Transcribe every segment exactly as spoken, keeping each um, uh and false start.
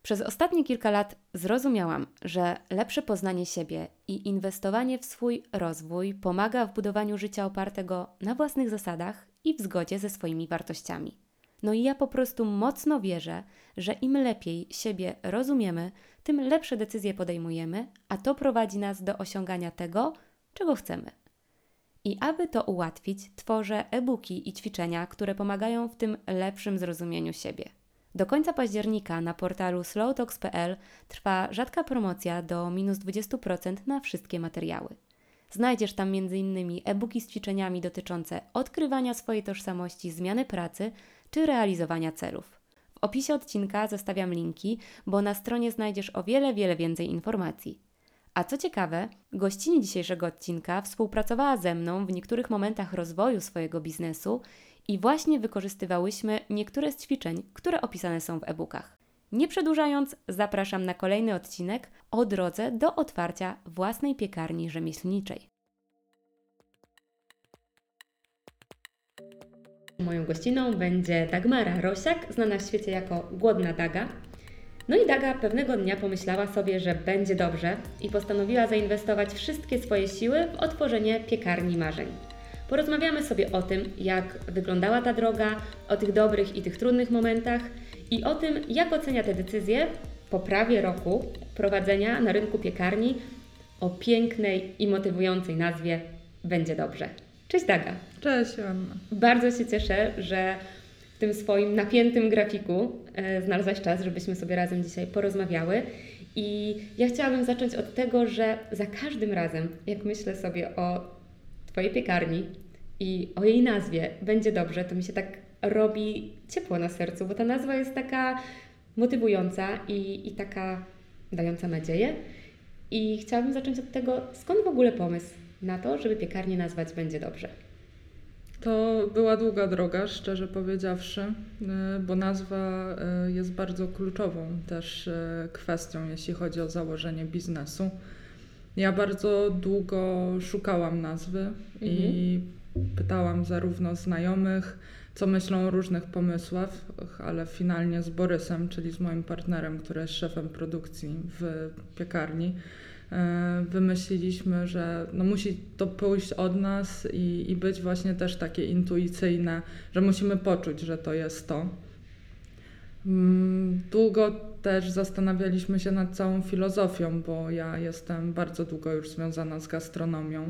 Przez ostatnie kilka lat zrozumiałam, że lepsze poznanie siebie i inwestowanie w swój rozwój pomaga w budowaniu życia opartego na własnych zasadach i w zgodzie ze swoimi wartościami. No i ja po prostu mocno wierzę, że im lepiej siebie rozumiemy, tym lepsze decyzje podejmujemy, a to prowadzi nas do osiągania tego, czego chcemy. I aby to ułatwić, tworzę e-booki i ćwiczenia, które pomagają w tym lepszym zrozumieniu siebie. Do końca października na portalu slowtalks kropka p l trwa rzadka promocja do minus dwadzieścia procent na wszystkie materiały. Znajdziesz tam między innymi e-booki z ćwiczeniami dotyczące odkrywania swojej tożsamości, zmiany pracy czy realizowania celów. W opisie odcinka zostawiam linki, bo na stronie znajdziesz o wiele, wiele więcej informacji. A co ciekawe, gościni dzisiejszego odcinka współpracowała ze mną w niektórych momentach rozwoju swojego biznesu i właśnie wykorzystywałyśmy niektóre z ćwiczeń, które opisane są w e-bookach. Nie przedłużając, zapraszam na kolejny odcinek o drodze do otwarcia własnej piekarni rzemieślniczej. Moją gościną będzie Dagmara Rosiak, znana w świecie jako Głodna Daga. No i Daga pewnego dnia pomyślała sobie, że będzie dobrze i postanowiła zainwestować wszystkie swoje siły w otworzenie piekarni marzeń. Porozmawiamy sobie o tym, jak wyglądała ta droga, o tych dobrych i tych trudnych momentach i o tym, jak ocenia te decyzje po prawie roku prowadzenia na rynku piekarni o pięknej i motywującej nazwie Będzie Dobrze. Cześć Daga. Cześć Joanna. Bardzo się cieszę, że w tym swoim napiętym grafiku e, znalazłaś czas, żebyśmy sobie razem dzisiaj porozmawiały. I ja chciałabym zacząć od tego, że za każdym razem, jak myślę sobie o Twojej piekarni i o jej nazwie Będzie Dobrze, to mi się tak robi ciepło na sercu, bo ta nazwa jest taka motywująca i, i taka dająca nadzieję. I chciałabym zacząć od tego, skąd w ogóle pomysł na to, żeby piekarnię nazwać Będzie Dobrze? To była długa droga, szczerze powiedziawszy, bo nazwa jest bardzo kluczową też kwestią, jeśli chodzi o założenie biznesu. Ja bardzo długo szukałam nazwy mhm. i pytałam zarówno znajomych, co myślą o różnych pomysłach, ale finalnie z Borysem, czyli z moim partnerem, który jest szefem produkcji w piekarni, wymyśliliśmy, że no musi to pójść od nas i, i być właśnie też takie intuicyjne, że musimy poczuć, że to jest to. Długo też zastanawialiśmy się nad całą filozofią, bo ja jestem bardzo długo już związana z gastronomią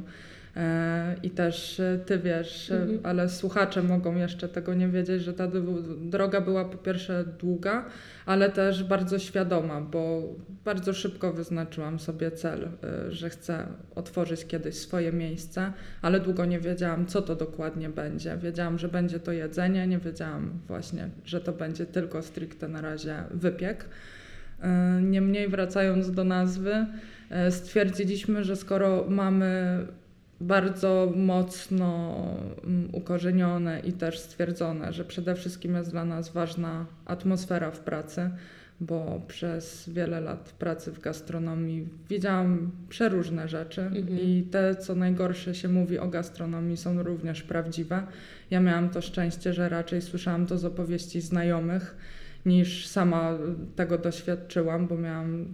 i też Ty wiesz, mhm. ale słuchacze mogą jeszcze tego nie wiedzieć, że ta droga była po pierwsze długa, ale też bardzo świadoma, bo bardzo szybko wyznaczyłam sobie cel, że chcę otworzyć kiedyś swoje miejsce, ale długo nie wiedziałam, co to dokładnie będzie. Wiedziałam, że będzie to jedzenie, nie wiedziałam właśnie, że to będzie tylko stricte na razie wypiek. Niemniej wracając do nazwy, stwierdziliśmy, że skoro mamy bardzo mocno ukorzenione i też stwierdzone, że przede wszystkim jest dla nas ważna atmosfera w pracy, bo przez wiele lat pracy w gastronomii widziałam przeróżne rzeczy mhm. i te, co najgorsze się mówi o gastronomii, są również prawdziwe. Ja miałam to szczęście, że raczej słyszałam to z opowieści znajomych, niż sama tego doświadczyłam, bo miałam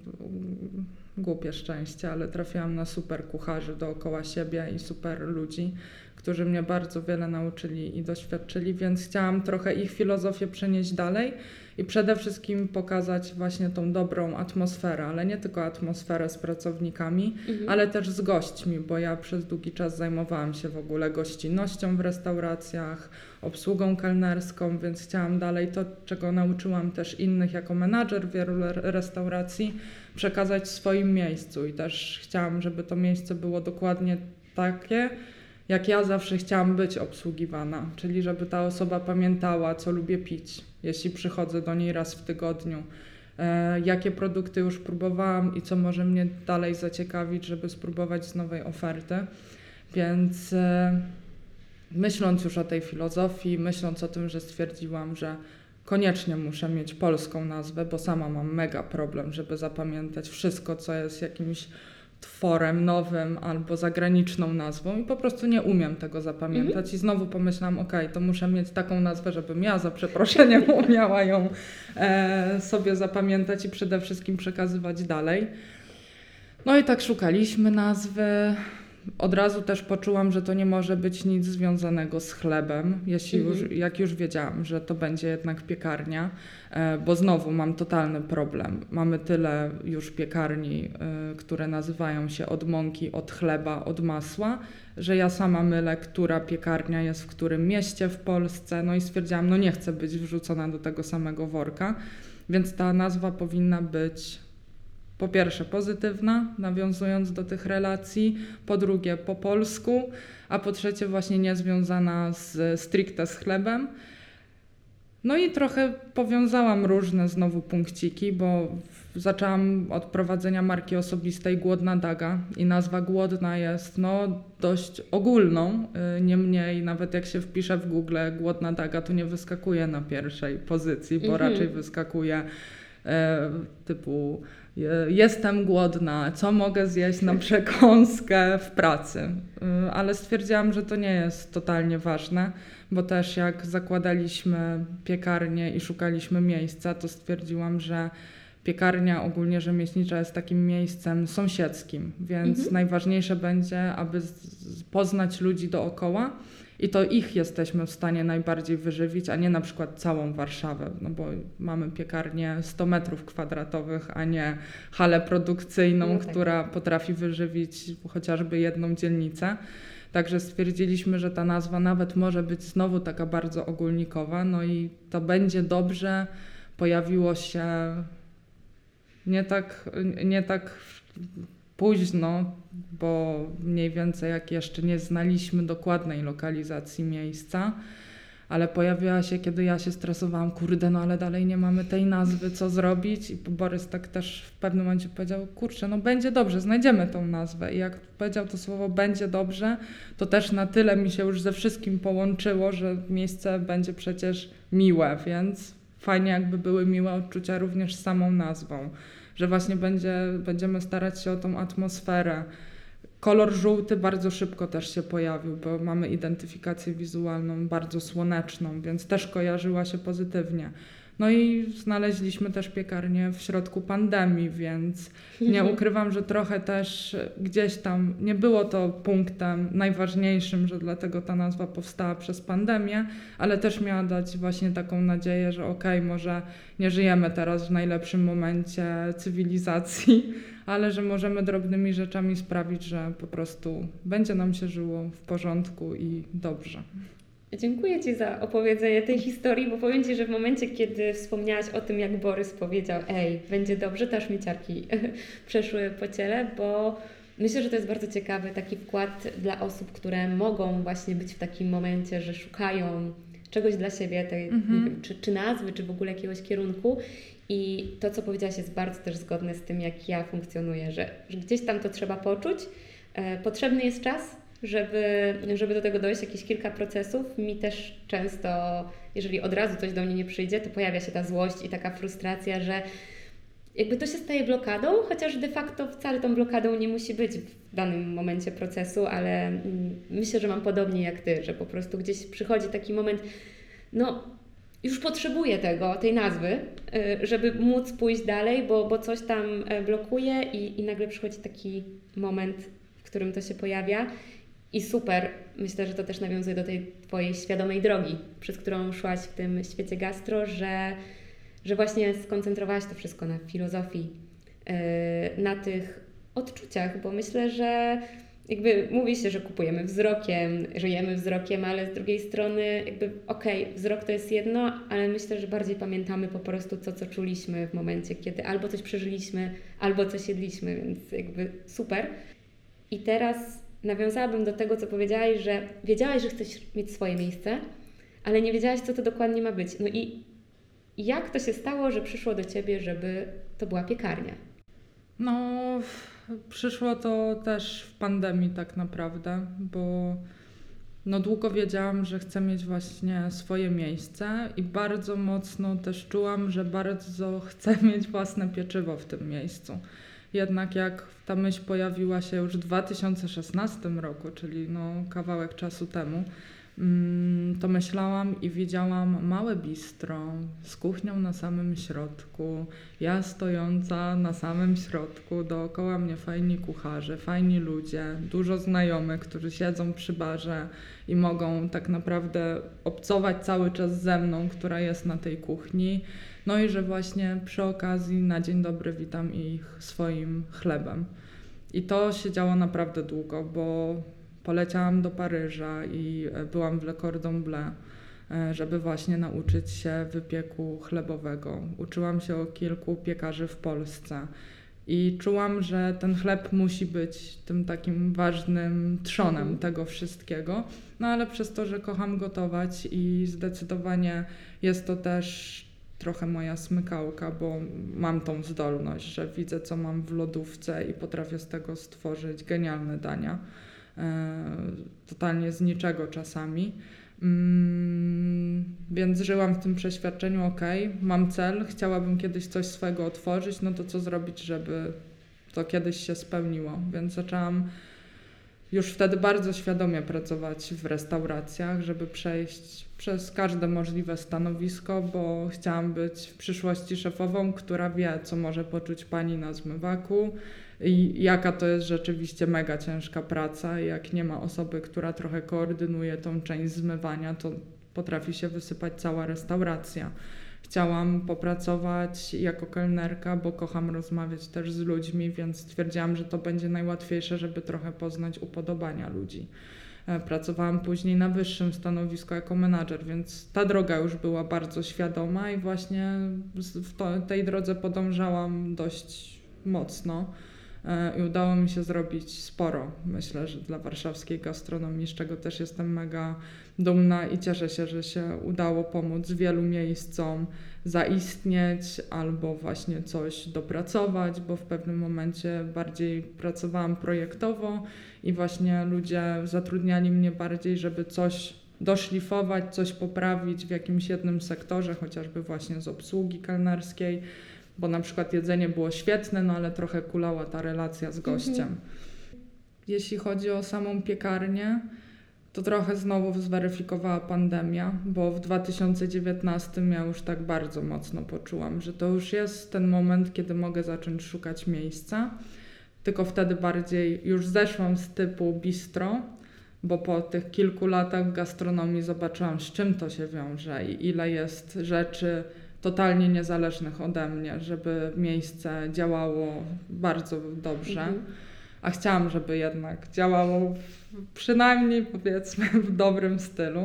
głupie szczęście, ale trafiłam na super kucharzy dookoła siebie i super ludzi, którzy mnie bardzo wiele nauczyli i doświadczyli, więc chciałam trochę ich filozofię przenieść dalej i przede wszystkim pokazać właśnie tą dobrą atmosferę, ale nie tylko atmosferę z pracownikami, mhm. ale też z gośćmi, bo ja przez długi czas zajmowałam się w ogóle gościnnością w restauracjach, obsługą kelnerską, więc chciałam dalej to, czego nauczyłam też innych jako menadżer wielu restauracji, przekazać w swoim miejscu i też chciałam, żeby to miejsce było dokładnie takie, jak ja zawsze chciałam być obsługiwana, czyli żeby ta osoba pamiętała, co lubię pić, jeśli przychodzę do niej raz w tygodniu, e, jakie produkty już próbowałam i co może mnie dalej zaciekawić, żeby spróbować z nowej oferty. Więc e, myśląc już o tej filozofii, myśląc o tym, że stwierdziłam, że koniecznie muszę mieć polską nazwę, bo sama mam mega problem, żeby zapamiętać wszystko, co jest jakimś tworem nowym albo zagraniczną nazwą i po prostu nie umiem tego zapamiętać. Mm-hmm. I znowu pomyślałam, okej, okay, to muszę mieć taką nazwę, żebym ja za przeproszeniem umiała ją e, sobie zapamiętać i przede wszystkim przekazywać dalej. No i tak szukaliśmy nazwy. Od razu też poczułam, że to nie może być nic związanego z chlebem, jeśli mhm. już, jak już wiedziałam, że to będzie jednak piekarnia, e, bo znowu mam totalny problem. Mamy tyle już piekarni, e, które nazywają się od mąki, od chleba, od masła, że ja sama mylę, która piekarnia jest w którym mieście w Polsce, no i stwierdziłam, no nie chcę być wrzucona do tego samego worka, więc ta nazwa powinna być po pierwsze pozytywna, nawiązując do tych relacji, po drugie po polsku, a po trzecie właśnie niezwiązana z, stricte z chlebem. No i trochę powiązałam różne znowu punkciki, bo zaczęłam od prowadzenia marki osobistej Głodna Daga i nazwa Głodna jest no dość ogólną, niemniej nawet jak się wpisze w Google Głodna Daga, to nie wyskakuje na pierwszej pozycji, bo mhm. raczej wyskakuje e, typu jestem głodna, co mogę zjeść na przekąskę w pracy. Ale stwierdziłam, że to nie jest totalnie ważne, bo też jak zakładaliśmy piekarnię i szukaliśmy miejsca, to stwierdziłam, że piekarnia ogólnie rzemieślnicza jest takim miejscem sąsiedzkim, więc mhm. najważniejsze będzie, aby z- poznać ludzi dookoła i to ich jesteśmy w stanie najbardziej wyżywić, a nie na przykład całą Warszawę, no bo mamy piekarnię sto metrów kwadratowych, a nie halę produkcyjną, no tak. która potrafi wyżywić chociażby jedną dzielnicę. Także stwierdziliśmy, że ta nazwa nawet może być znowu taka bardzo ogólnikowa, no i to będzie dobrze. Pojawiło się nie tak, nie tak późno, bo mniej więcej jak jeszcze nie znaliśmy dokładnej lokalizacji miejsca, ale pojawiła się, kiedy ja się stresowałam, kurde, no ale dalej nie mamy tej nazwy, co zrobić? I Borys tak też w pewnym momencie powiedział, kurczę, no będzie dobrze, znajdziemy tą nazwę. I jak powiedział to słowo będzie dobrze, to też na tyle mi się już ze wszystkim połączyło, że miejsce będzie przecież miłe, więc fajnie jakby były miłe odczucia również z samą nazwą, że właśnie będzie, będziemy starać się o tą atmosferę. Kolor żółty bardzo szybko też się pojawił, bo mamy identyfikację wizualną bardzo słoneczną, więc też kojarzyła się pozytywnie. No i znaleźliśmy też piekarnię w środku pandemii, więc nie ukrywam, że trochę też gdzieś tam nie było to punktem najważniejszym, że dlatego ta nazwa powstała przez pandemię, ale też miała dać właśnie taką nadzieję, że okej, okay, może nie żyjemy teraz w najlepszym momencie cywilizacji, ale że możemy drobnymi rzeczami sprawić, że po prostu będzie nam się żyło w porządku i dobrze. Dziękuję Ci za opowiedzenie tej historii, bo powiem Ci, że w momencie, kiedy wspomniałaś o tym, jak Borys powiedział, ej, będzie dobrze, to aż mi ciarki przeszły po ciele, bo myślę, że to jest bardzo ciekawy taki wkład dla osób, które mogą właśnie być w takim momencie, że szukają czegoś dla siebie, tej, mm-hmm. nie wiem, czy, czy nazwy, czy w ogóle jakiegoś kierunku. I to, co powiedziałaś, jest bardzo też zgodne z tym, jak ja funkcjonuję, że, że gdzieś tam to trzeba poczuć. E, potrzebny jest czas, żeby, żeby do tego dojść, jakieś kilka procesów. Mi też często, jeżeli od razu coś do mnie nie przyjdzie, to pojawia się ta złość i taka frustracja, że jakby to się staje blokadą, chociaż de facto wcale tą blokadą nie musi być w danym momencie procesu, ale mm, myślę, że mam podobnie jak Ty, że po prostu gdzieś przychodzi taki moment, no już potrzebuję tego, tej nazwy, żeby móc pójść dalej, bo, bo coś tam blokuje i, i nagle przychodzi taki moment, w którym to się pojawia. I super, myślę, że to też nawiązuje do tej Twojej świadomej drogi, przez którą szłaś w tym świecie gastro, że, że właśnie skoncentrowałaś to wszystko na filozofii, yy, na tych odczuciach, bo myślę, że jakby mówi się, że kupujemy wzrokiem, żyjemy wzrokiem, ale z drugiej strony jakby okej, okay, wzrok to jest jedno, ale myślę, że bardziej pamiętamy po prostu to, co czuliśmy w momencie, kiedy albo coś przeżyliśmy, albo coś jedliśmy, więc jakby super. I teraz nawiązałabym do tego, co powiedziałaś, że wiedziałaś, że chcesz mieć swoje miejsce, ale nie wiedziałaś, co to dokładnie ma być. No i jak to się stało, że przyszło do Ciebie, żeby to była piekarnia? No, przyszło to też w pandemii tak naprawdę, bo no długo wiedziałam, że chcę mieć właśnie swoje miejsce i bardzo mocno też czułam, że bardzo chcę mieć własne pieczywo w tym miejscu. Jednak jak ta myśl pojawiła się już w dwa tysiące szesnastym roku, czyli no kawałek czasu temu, to myślałam i widziałam małe bistro z kuchnią na samym środku, ja stojąca na samym środku, dookoła mnie fajni kucharze, fajni ludzie, dużo znajomych, którzy siedzą przy barze i mogą tak naprawdę obcować cały czas ze mną, która jest na tej kuchni. No i że właśnie przy okazji na dzień dobry witam ich swoim chlebem. I to się działo naprawdę długo, bo poleciałam do Paryża i byłam w Le Cordon Bleu, żeby właśnie nauczyć się wypieku chlebowego. Uczyłam się o kilku piekarzy w Polsce i czułam, że ten chleb musi być tym takim ważnym trzonem mhm. tego wszystkiego. No ale przez to, że kocham gotować i zdecydowanie jest to też trochę moja smykałka, bo mam tą zdolność, że widzę, co mam w lodówce i potrafię z tego stworzyć genialne dania. Totalnie z niczego czasami. Mm, więc żyłam w tym przeświadczeniu, okej, mam cel, chciałabym kiedyś coś swego otworzyć, no to co zrobić, żeby to kiedyś się spełniło. Więc zaczęłam już wtedy bardzo świadomie pracować w restauracjach, żeby przejść przez każde możliwe stanowisko, bo chciałam być w przyszłości szefową, która wie, co może poczuć pani na zmywaku i jaka to jest rzeczywiście mega ciężka praca. Jak nie ma osoby, która trochę koordynuje tą część zmywania, to potrafi się wysypać cała restauracja. Chciałam popracować jako kelnerka, bo kocham rozmawiać też z ludźmi, więc stwierdziłam, że to będzie najłatwiejsze, żeby trochę poznać upodobania ludzi. Pracowałam później na wyższym stanowisku jako menadżer, więc ta droga już była bardzo świadoma i właśnie w to, tej drodze podążałam dość mocno i udało mi się zrobić sporo, myślę, że dla warszawskiej gastronomii, z czego też jestem mega dumna i cieszę się, że się udało pomóc wielu miejscom zaistnieć albo właśnie coś dopracować, bo w pewnym momencie bardziej pracowałam projektowo i właśnie ludzie zatrudniali mnie bardziej, żeby coś doszlifować, coś poprawić w jakimś jednym sektorze, chociażby właśnie z obsługi kelnerskiej, bo na przykład jedzenie było świetne, no ale trochę kulała ta relacja z gościem. Mhm. Jeśli chodzi o samą piekarnię, to trochę znowu zweryfikowała pandemia, bo w dwa tysiące dziewiętnastym ja już tak bardzo mocno poczułam, że to już jest ten moment, kiedy mogę zacząć szukać miejsca. Tylko wtedy bardziej już zeszłam z typu bistro, bo po tych kilku latach w gastronomii zobaczyłam, z czym to się wiąże i ile jest rzeczy totalnie niezależnych ode mnie, żeby miejsce działało bardzo dobrze. Mhm. A chciałam, żeby jednak działało przynajmniej powiedzmy w dobrym stylu.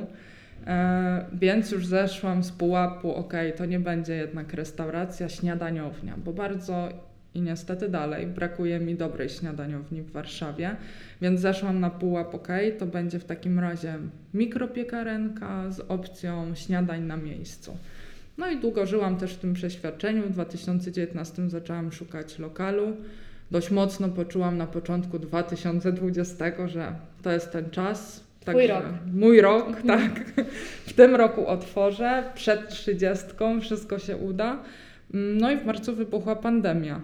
E, więc już zeszłam z pułapu, okej, to nie będzie jednak restauracja, śniadaniownia, bo bardzo i niestety dalej brakuje mi dobrej śniadaniowni w Warszawie, więc zeszłam na pułap, okej, to będzie w takim razie mikropiekarenka z opcją śniadań na miejscu. No i długo żyłam też w tym przeświadczeniu. W dwa tysiące dziewiętnastym zaczęłam szukać lokalu. Dość mocno poczułam na początku dwa tysiące dwudziestego, że to jest ten czas. Twój rok. Mój rok, mhm. tak. W tym roku otworzę, przed trzydziestką, wszystko się uda. No i w marcu wybuchła pandemia,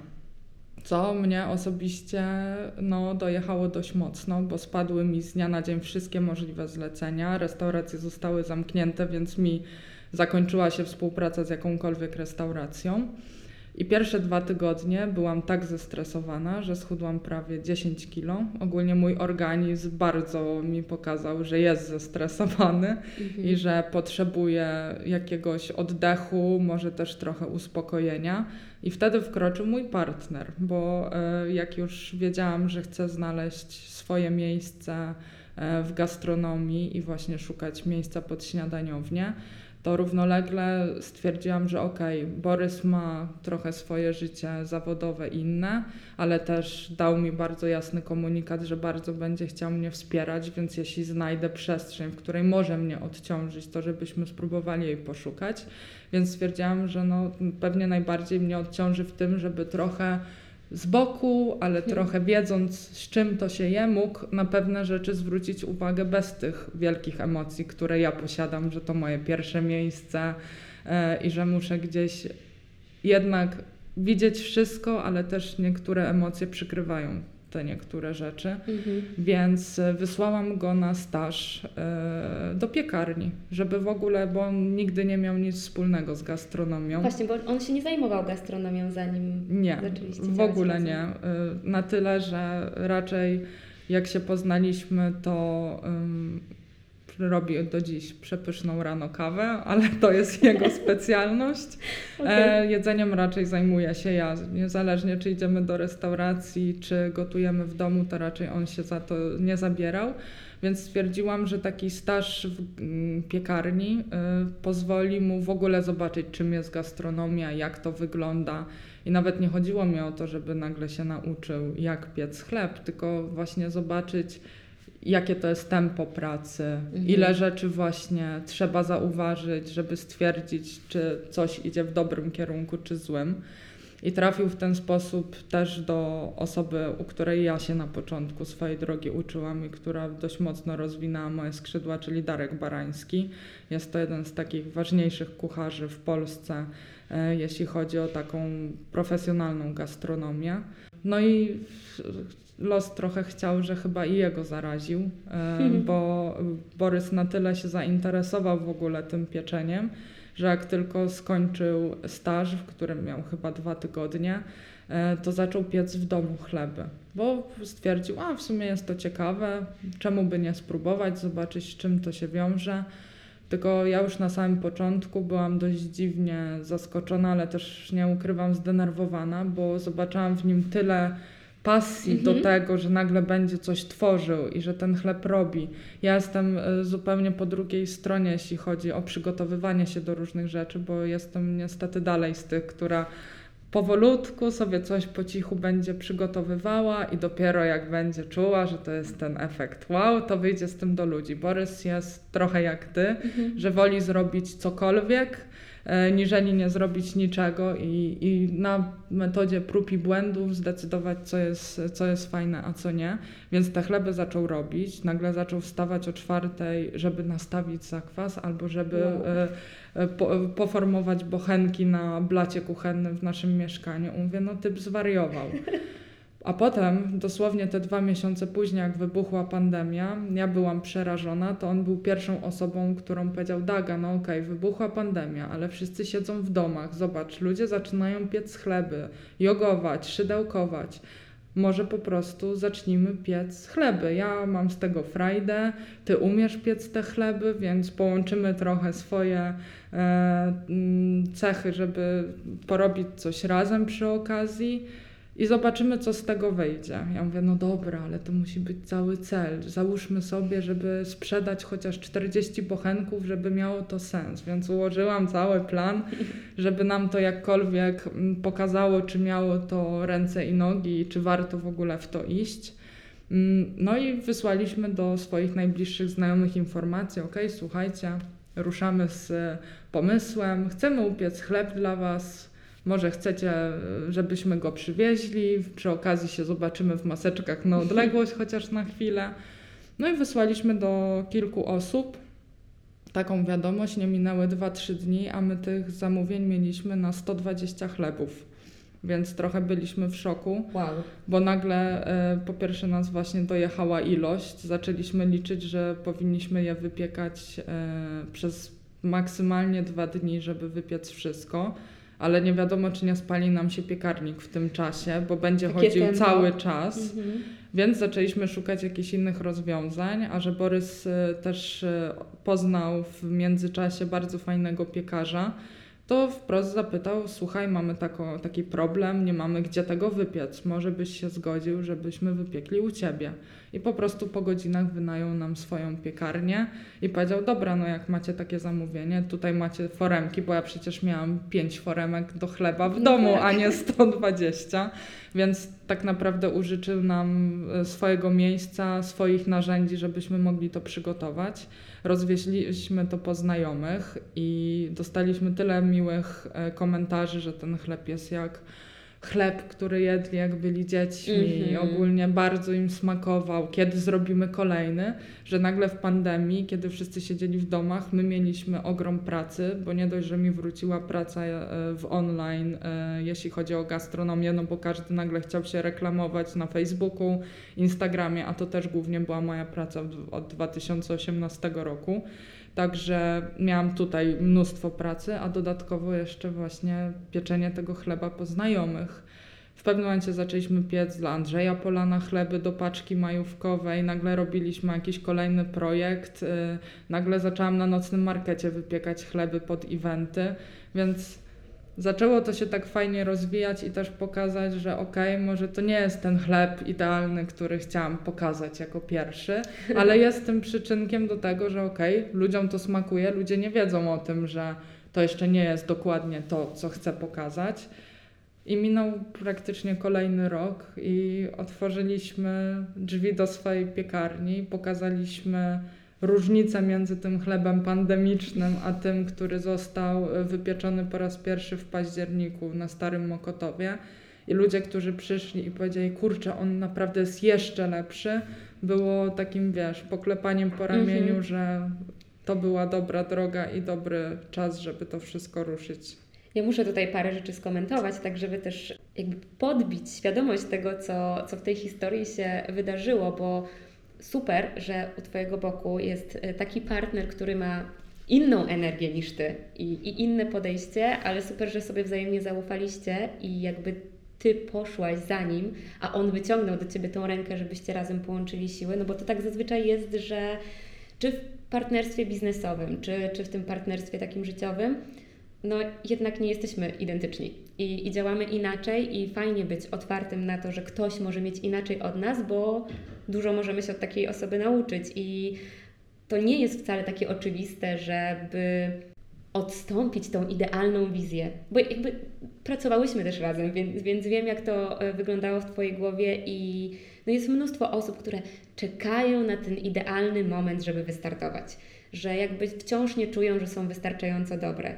co mnie osobiście no, dojechało dość mocno, bo spadły mi z dnia na dzień wszystkie możliwe zlecenia. Restauracje zostały zamknięte, więc mi zakończyła się współpraca z jakąkolwiek restauracją. I pierwsze dwa tygodnie byłam tak zestresowana, że schudłam prawie dziesięć kilo. Ogólnie mój organizm bardzo mi pokazał, że jest zestresowany mhm. i że potrzebuje jakiegoś oddechu, może też trochę uspokojenia. I wtedy wkroczył mój partner, bo y, jak już wiedziałam, że chcę znaleźć swoje miejsce y, w gastronomii i właśnie szukać miejsca pod śniadaniownię, to równolegle stwierdziłam, że okej, okay, Borys ma trochę swoje życie zawodowe inne, ale też dał mi bardzo jasny komunikat, że bardzo będzie chciał mnie wspierać, więc jeśli znajdę przestrzeń, w której może mnie odciążyć, to żebyśmy spróbowali jej poszukać. Więc stwierdziłam, że no, pewnie najbardziej mnie odciąży w tym, żeby trochę z boku, ale trochę wiedząc, z czym to się je, mógł na pewne rzeczy zwrócić uwagę bez tych wielkich emocji, które ja posiadam, że to moje pierwsze miejsce yy, i że muszę gdzieś jednak widzieć wszystko, ale też niektóre emocje przykrywają te niektóre rzeczy, mhm. więc wysłałam go na staż e, do piekarni, żeby w ogóle, bo on nigdy nie miał nic wspólnego z gastronomią. Właśnie, bo on się nie zajmował gastronomią zanim nie, zaczęliście w ogóle razem. nie. Na tyle, że raczej jak się poznaliśmy, to um, robi do dziś przepyszną rano kawę, ale to jest jego specjalność. Okay. E, jedzeniem raczej zajmuję się ja. Niezależnie czy idziemy do restauracji, czy gotujemy w domu, to raczej on się za to nie zabierał. Więc stwierdziłam, że taki staż w mm, piekarni y, pozwoli mu w ogóle zobaczyć, czym jest gastronomia, jak to wygląda. I nawet nie chodziło mi o to, żeby nagle się nauczył, jak piec chleb, tylko właśnie zobaczyć, jakie to jest tempo pracy, mhm. ile rzeczy właśnie trzeba zauważyć, żeby stwierdzić, czy coś idzie w dobrym kierunku, czy złym. I trafił w ten sposób też do osoby, u której ja się na początku swojej drogi uczyłam i która dość mocno rozwinęła moje skrzydła, czyli Darek Barański. Jest to jeden z takich ważniejszych kucharzy w Polsce, e, jeśli chodzi o taką profesjonalną gastronomię. No i los trochę chciał, że chyba i jego zaraził, e, mhm. bo Borys na tyle się zainteresował w ogóle tym pieczeniem, że jak tylko skończył staż, w którym miał chyba dwa tygodnie, to zaczął piec w domu chleby, bo stwierdził, a w sumie jest to ciekawe, czemu by nie spróbować, zobaczyć, z czym to się wiąże. Tylko ja już na samym początku byłam dość dziwnie zaskoczona, ale też nie ukrywam zdenerwowana, bo zobaczyłam w nim tyle pasji mhm. do tego, że nagle będzie coś tworzył i że ten chleb robi. Ja jestem zupełnie po drugiej stronie, jeśli chodzi o przygotowywanie się do różnych rzeczy, bo jestem niestety dalej z tych, która powolutku sobie coś po cichu będzie przygotowywała i dopiero jak będzie czuła, że to jest ten efekt wow, to wyjdzie z tym do ludzi. Borys jest trochę jak ty, mhm. że woli zrobić cokolwiek, niżeli nie zrobić niczego i, i na metodzie prób i błędów zdecydować, co jest, co jest fajne, a co nie. Więc te chleby zaczął robić. Nagle zaczął wstawać o czwartej, żeby nastawić zakwas albo żeby wow. e, po, poformować bochenki na blacie kuchennym w naszym mieszkaniu. Mówię, no typ zwariował. A potem, dosłownie te dwa miesiące później, jak wybuchła pandemia, ja byłam przerażona, to on był pierwszą osobą, którą powiedział, Daga, no okej, okay, wybuchła pandemia, ale wszyscy siedzą w domach, zobacz, ludzie zaczynają piec chleby, jogować, szydełkować. Może po prostu zacznijmy piec chleby. Ja mam z tego frajdę, ty umiesz piec te chleby, więc połączymy trochę swoje e, cechy, żeby porobić coś razem przy okazji. I zobaczymy, co z tego wyjdzie. Ja mówię, no dobra, ale to musi być cały cel. Załóżmy sobie, żeby sprzedać chociaż czterdzieści bochenków, żeby miało to sens. Więc ułożyłam cały plan, żeby nam to jakkolwiek pokazało, czy miało to ręce i nogi, czy warto w ogóle w to iść. No i wysłaliśmy do swoich najbliższych znajomych informacje, ok, słuchajcie, ruszamy z pomysłem, chcemy upiec chleb dla was, może chcecie, żebyśmy go przywieźli, przy okazji się zobaczymy w maseczkach na odległość chociaż na chwilę. No i wysłaliśmy do kilku osób taką wiadomość, nie minęły dwa trzy dni, a my tych zamówień mieliśmy na sto dwadzieścia chlebów. Więc trochę byliśmy w szoku, wow. bo nagle e, po pierwsze nas właśnie dojechała ilość, zaczęliśmy liczyć, że powinniśmy je wypiekać e, przez maksymalnie dwa dni, żeby wypiec wszystko. Ale nie wiadomo, czy nie spali nam się piekarnik w tym czasie, bo będzie Takie chodził tempo. cały czas, mhm. więc zaczęliśmy szukać jakichś innych rozwiązań, a że Borys też poznał w międzyczasie bardzo fajnego piekarza, to wprost zapytał, słuchaj, mamy tako, taki problem, nie mamy gdzie tego wypiec, może byś się zgodził, żebyśmy wypiekli u ciebie. I po prostu po godzinach wynajął nam swoją piekarnię i powiedział, dobra, no jak macie takie zamówienie, tutaj macie foremki, bo ja przecież miałam pięć foremek do chleba w domu, a nie sto dwadzieścia, więc tak naprawdę użyczył nam swojego miejsca, swoich narzędzi, żebyśmy mogli to przygotować. Rozwieźliśmy to po znajomych i dostaliśmy tyle miłych komentarzy, że ten chleb jest jak chleb, który jedli jak byli dziećmi, Mhm. ogólnie bardzo im smakował, kiedy zrobimy kolejny, że nagle w pandemii, kiedy wszyscy siedzieli w domach, my mieliśmy ogrom pracy, bo nie dość, że mi wróciła praca e, w online, e, jeśli chodzi o gastronomię, no bo każdy nagle chciał się reklamować na Facebooku, Instagramie, a to też głównie była moja praca w- od dwa tysiące osiemnastego roku. Także miałam tutaj mnóstwo pracy, a dodatkowo jeszcze właśnie pieczenie tego chleba po znajomych. W pewnym momencie zaczęliśmy piec dla Andrzeja Polana chleby do paczki majówkowej, nagle robiliśmy jakiś kolejny projekt, yy, nagle zaczęłam na nocnym markecie wypiekać chleby pod eventy, więc zaczęło to się tak fajnie rozwijać i też pokazać, że okej, może to nie jest ten chleb idealny, który chciałam pokazać jako pierwszy, ale jest tym przyczynkiem do tego, że okej, ludziom to smakuje, ludzie nie wiedzą o tym, że to jeszcze nie jest dokładnie to, co chcę pokazać. I minął praktycznie kolejny rok i otworzyliśmy drzwi do swojej piekarni, pokazaliśmy różnicę między tym chlebem pandemicznym, a tym, który został wypieczony po raz pierwszy w październiku na Starym Mokotowie. I ludzie, którzy przyszli i powiedzieli, kurczę, on naprawdę jest jeszcze lepszy, było takim, wiesz, poklepaniem po ramieniu, Mhm. że to była dobra droga i dobry czas, żeby to wszystko ruszyć. Ja muszę tutaj parę rzeczy skomentować, tak żeby też jakby podbić świadomość tego, co, co w tej historii się wydarzyło, bo super, że u Twojego boku jest e, taki partner, który ma inną energię niż Ty i, i inne podejście, ale super, że sobie wzajemnie zaufaliście i jakby Ty poszłaś za nim, a on wyciągnął do Ciebie tą rękę, żebyście razem połączyli siły, no bo to tak zazwyczaj jest, że czy w partnerstwie biznesowym, czy, czy w tym partnerstwie takim życiowym, no jednak nie jesteśmy identyczni I, i działamy inaczej i fajnie być otwartym na to, że ktoś może mieć inaczej od nas, bo dużo możemy się od takiej osoby nauczyć i to nie jest wcale takie oczywiste, żeby odstąpić tą idealną wizję, bo jakby pracowałyśmy też razem, więc, więc wiem, jak to e, wyglądało w Twojej głowie i no jest mnóstwo osób, które czekają na ten idealny moment, żeby wystartować, że jakby wciąż nie czują, że są wystarczająco dobre.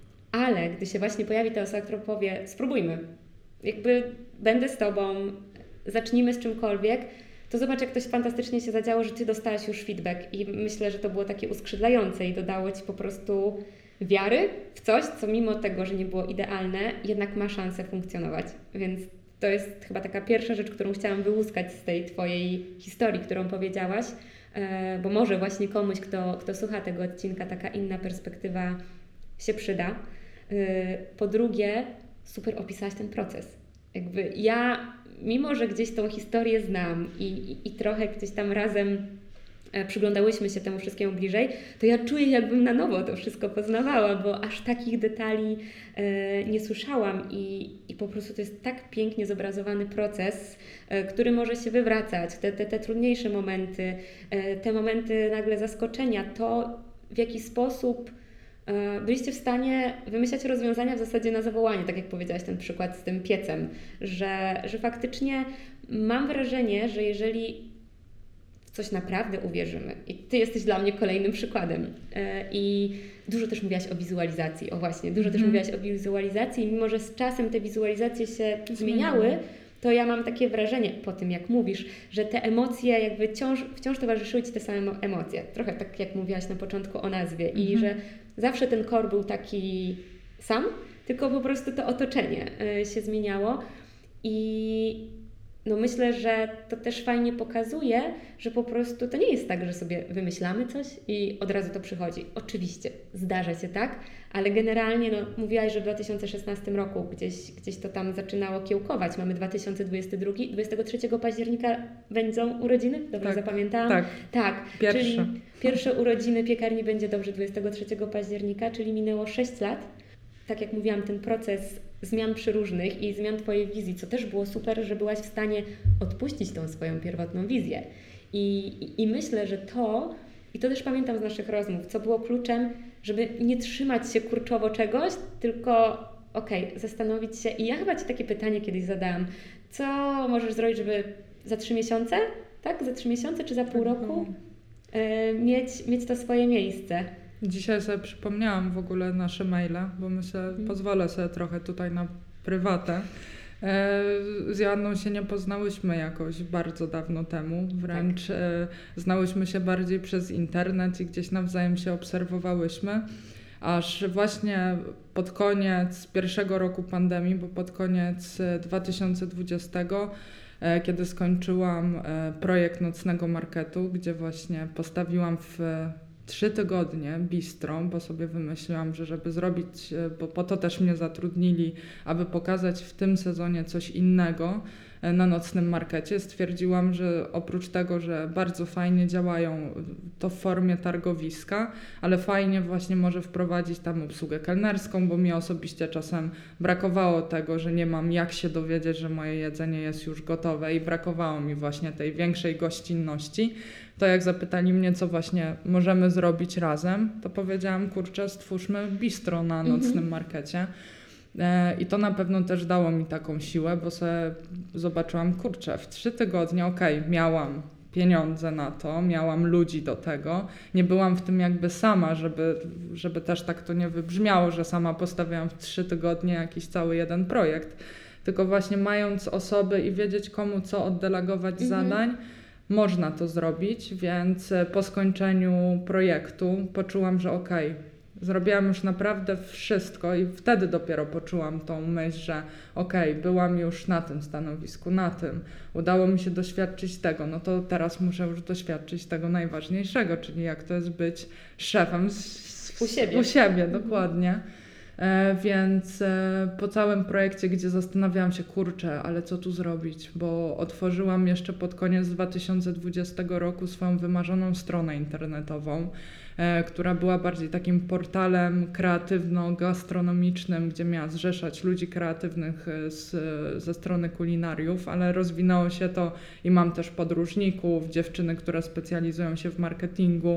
Ale gdy się właśnie pojawi ta osoba, która powie, spróbujmy, jakby będę z Tobą, zacznijmy z czymkolwiek, to zobacz, jak ktoś fantastycznie się zadziało, że Ty dostałaś już feedback i myślę, że to było takie uskrzydlające i dodało Ci po prostu wiary w coś, co mimo tego, że nie było idealne, jednak ma szansę funkcjonować. Więc to jest chyba taka pierwsza rzecz, którą chciałam wyłuskać z tej Twojej historii, którą powiedziałaś, bo może właśnie komuś, kto, kto słucha tego odcinka, taka inna perspektywa się przyda. Po drugie, super opisałaś ten proces. Jakby ja, mimo że gdzieś tą historię znam i, i, i trochę gdzieś tam razem przyglądałyśmy się temu wszystkiemu bliżej, to ja czuję, jakbym na nowo to wszystko poznawała, bo aż takich detali e, nie słyszałam i, i po prostu to jest tak pięknie zobrazowany proces, e, który może się wywracać, te, te, te trudniejsze momenty, e, te momenty nagle zaskoczenia, to w jaki sposób byliście w stanie wymyślać rozwiązania w zasadzie na zawołanie, tak jak powiedziałaś ten przykład z tym piecem, że, że faktycznie mam wrażenie, że jeżeli w coś naprawdę uwierzymy i Ty jesteś dla mnie kolejnym przykładem i dużo też mówiłaś o wizualizacji, o właśnie, dużo Mhm. też mówiłaś o wizualizacji i mimo, że z czasem te wizualizacje się zmieniały, to ja mam takie wrażenie po tym, jak mówisz, że te emocje jakby wciąż, wciąż towarzyszyły Ci te same emocje. Trochę tak jak mówiłaś na początku o nazwie Mhm. i że zawsze ten core był taki sam, tylko po prostu to otoczenie y, się zmieniało i no myślę, że to też fajnie pokazuje, że po prostu to nie jest tak, że sobie wymyślamy coś i od razu to przychodzi. Oczywiście, zdarza się tak, ale generalnie no, mówiłaś, że w dwa tysiące szesnastym roku gdzieś, gdzieś to tam zaczynało kiełkować. Mamy dwa tysiące dwudziesty drugi, dwudziestego trzeciego października będą urodziny, dobrze Tak, zapamiętałam? Tak, tak. pierwsze. Czyli pierwsze urodziny piekarni będzie dobrze dwudziestego trzeciego października, czyli minęło sześć lat. Tak jak mówiłam, ten proces zmian przeróżnych i zmian Twojej wizji, co też było super, że byłaś w stanie odpuścić tą swoją pierwotną wizję. I, i, i myślę, że to, i to też pamiętam z naszych rozmów, co było kluczem, żeby nie trzymać się kurczowo czegoś, tylko okej, okay, zastanowić się. I ja chyba Ci takie pytanie kiedyś zadałam, co możesz zrobić, żeby za trzy miesiące, tak? Za trzy miesiące czy za pół roku yy, mieć, mieć to swoje miejsce. Dzisiaj sobie przypomniałam w ogóle nasze maile, bo myślę, Mhm. pozwolę sobie trochę tutaj na prywatę. Z Joanną się nie poznałyśmy jakoś bardzo dawno temu, wręcz tak. Znałyśmy się bardziej przez internet i gdzieś nawzajem się obserwowałyśmy, aż właśnie pod koniec pierwszego roku pandemii, bo pod koniec dwa tysiące dwudziestego, kiedy skończyłam projekt Nocnego Marketu, gdzie właśnie postawiłam w trzy tygodnie bistro, bo sobie wymyśliłam, że żeby zrobić, bo po to też mnie zatrudnili, aby pokazać w tym sezonie coś innego na Nocnym Markecie. Stwierdziłam, że oprócz tego, że bardzo fajnie działają to w formie targowiska, ale fajnie właśnie może wprowadzić tam obsługę kelnerską, bo mi osobiście czasem brakowało tego, że nie mam jak się dowiedzieć, że moje jedzenie jest już gotowe i brakowało mi właśnie tej większej gościnności. To jak zapytali mnie, co właśnie możemy zrobić razem, to powiedziałam, kurczę, stwórzmy bistro na Nocnym Markecie. I to na pewno też dało mi taką siłę, bo sobie zobaczyłam, kurczę, w trzy tygodnie, okej, okay, miałam pieniądze na to, miałam ludzi do tego, nie byłam w tym jakby sama, żeby, żeby też tak to nie wybrzmiało, że sama postawiłam w trzy tygodnie jakiś cały jeden projekt, tylko właśnie mając osoby i wiedzieć komu co oddelegować mhm. zadań, można to zrobić, więc po skończeniu projektu poczułam, że okej, okay, zrobiłam już naprawdę wszystko i wtedy dopiero poczułam tą myśl, że okej, okay, byłam już na tym stanowisku, na tym, udało mi się doświadczyć tego, no to teraz muszę już doświadczyć tego najważniejszego, czyli jak to jest być szefem z, z, u siebie, u siebie dokładnie. E, więc e, po całym projekcie, gdzie zastanawiałam się, kurczę, ale co tu zrobić, bo otworzyłam jeszcze pod koniec dwa tysiące dwudziestego roku swoją wymarzoną stronę internetową, e, która była bardziej takim portalem kreatywno-gastronomicznym, gdzie miała zrzeszać ludzi kreatywnych z, ze strony kulinariów, ale rozwinęło się to i mam też podróżników, dziewczyny, które specjalizują się w marketingu,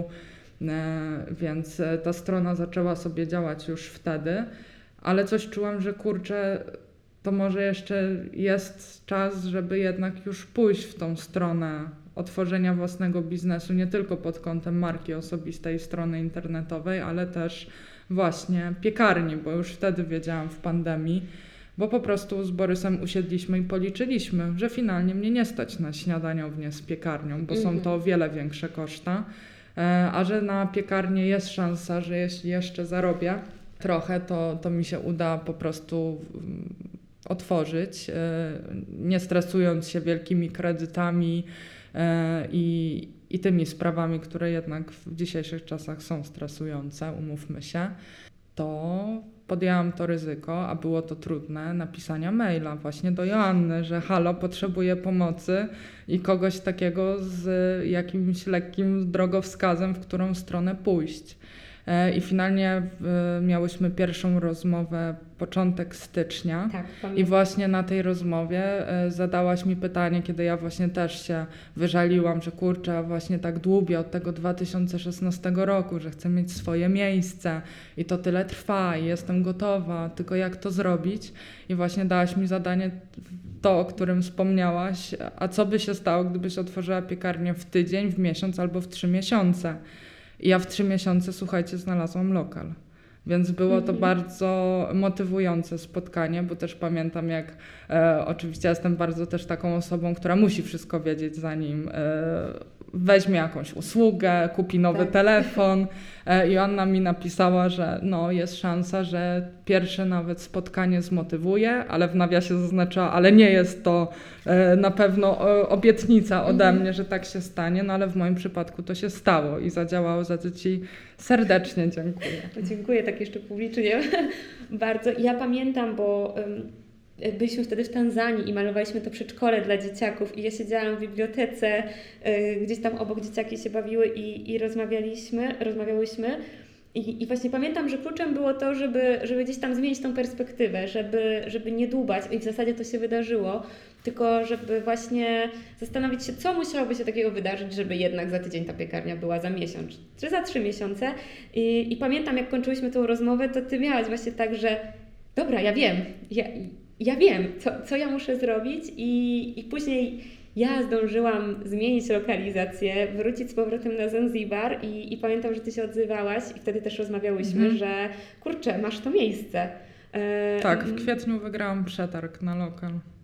więc ta strona zaczęła sobie działać już wtedy, ale coś czułam, że kurczę, to może jeszcze jest czas, żeby jednak już pójść w tą stronę otworzenia własnego biznesu, nie tylko pod kątem marki osobistej, strony internetowej, ale też właśnie piekarni, bo już wtedy wiedziałam w pandemii, bo po prostu z Borysem usiedliśmy i policzyliśmy, że finalnie mnie nie stać na śniadaniownię z piekarnią, bo mm-hmm. są to o wiele większe koszta. A że na piekarnię jest szansa, że jeśli jeszcze zarobię trochę, to, to mi się uda po prostu otworzyć, nie stresując się wielkimi kredytami i, i tymi sprawami, które jednak w dzisiejszych czasach są stresujące, umówmy się, to podjęłam to ryzyko, a było to trudne, napisania maila właśnie do Joanny, że halo, potrzebuję pomocy i kogoś takiego z jakimś lekkim drogowskazem, w którą stronę pójść. I finalnie miałyśmy pierwszą rozmowę początek stycznia tak, i właśnie na tej rozmowie zadałaś mi pytanie, kiedy ja właśnie też się wyżaliłam, że kurczę, właśnie tak dłubię od tego dwa tysiące szesnastego roku, że chcę mieć swoje miejsce i to tyle trwa i jestem gotowa, tylko jak to zrobić? I właśnie dałaś mi zadanie to, o którym wspomniałaś, a co by się stało, gdybyś otworzyła piekarnię w tydzień, w miesiąc albo w trzy miesiące? I ja w trzy miesiące, słuchajcie, znalazłam lokal. Więc było to mm-hmm. bardzo motywujące spotkanie, bo też pamiętam jak, e, oczywiście jestem bardzo też taką osobą, która musi wszystko wiedzieć, zanim e, weźmie jakąś usługę, kupi nowy tak. telefon. E, Joanna mi napisała, że no, jest szansa, że pierwsze nawet spotkanie zmotywuje, ale w nawiasie zaznaczyła, ale nie jest to e, na pewno e, obietnica ode mm-hmm. mnie, że tak się stanie, no ale w moim przypadku to się stało i zadziałało, za co Ci serdecznie dziękuję. Dziękuję tak jeszcze publicznie bardzo. Ja pamiętam, bo um, byliśmy wtedy w Tanzanii i malowaliśmy to przedszkole dla dzieciaków i ja siedziałam w bibliotece, y, gdzieś tam obok dzieciaki się bawiły i, i rozmawialiśmy, rozmawiałyśmy. I, I właśnie pamiętam, że kluczem było to, żeby, żeby gdzieś tam zmienić tą perspektywę, żeby, żeby nie dłubać i w zasadzie to się wydarzyło, tylko żeby właśnie zastanowić się, co musiałoby się takiego wydarzyć, żeby jednak za tydzień ta piekarnia była za miesiąc, czy za trzy miesiące. I, i pamiętam, jak kończyłyśmy tą rozmowę, to Ty miałaś właśnie tak, że dobra, ja wiem, ja, ja wiem, co, co ja muszę zrobić i, i później ja zdążyłam zmienić lokalizację, wrócić z powrotem na Zanzibar i, i pamiętam, że Ty się odzywałaś i wtedy też rozmawiałyśmy, mm-hmm. że kurczę, masz to miejsce. Tak, w kwietniu wygrałam przetarg na lokal.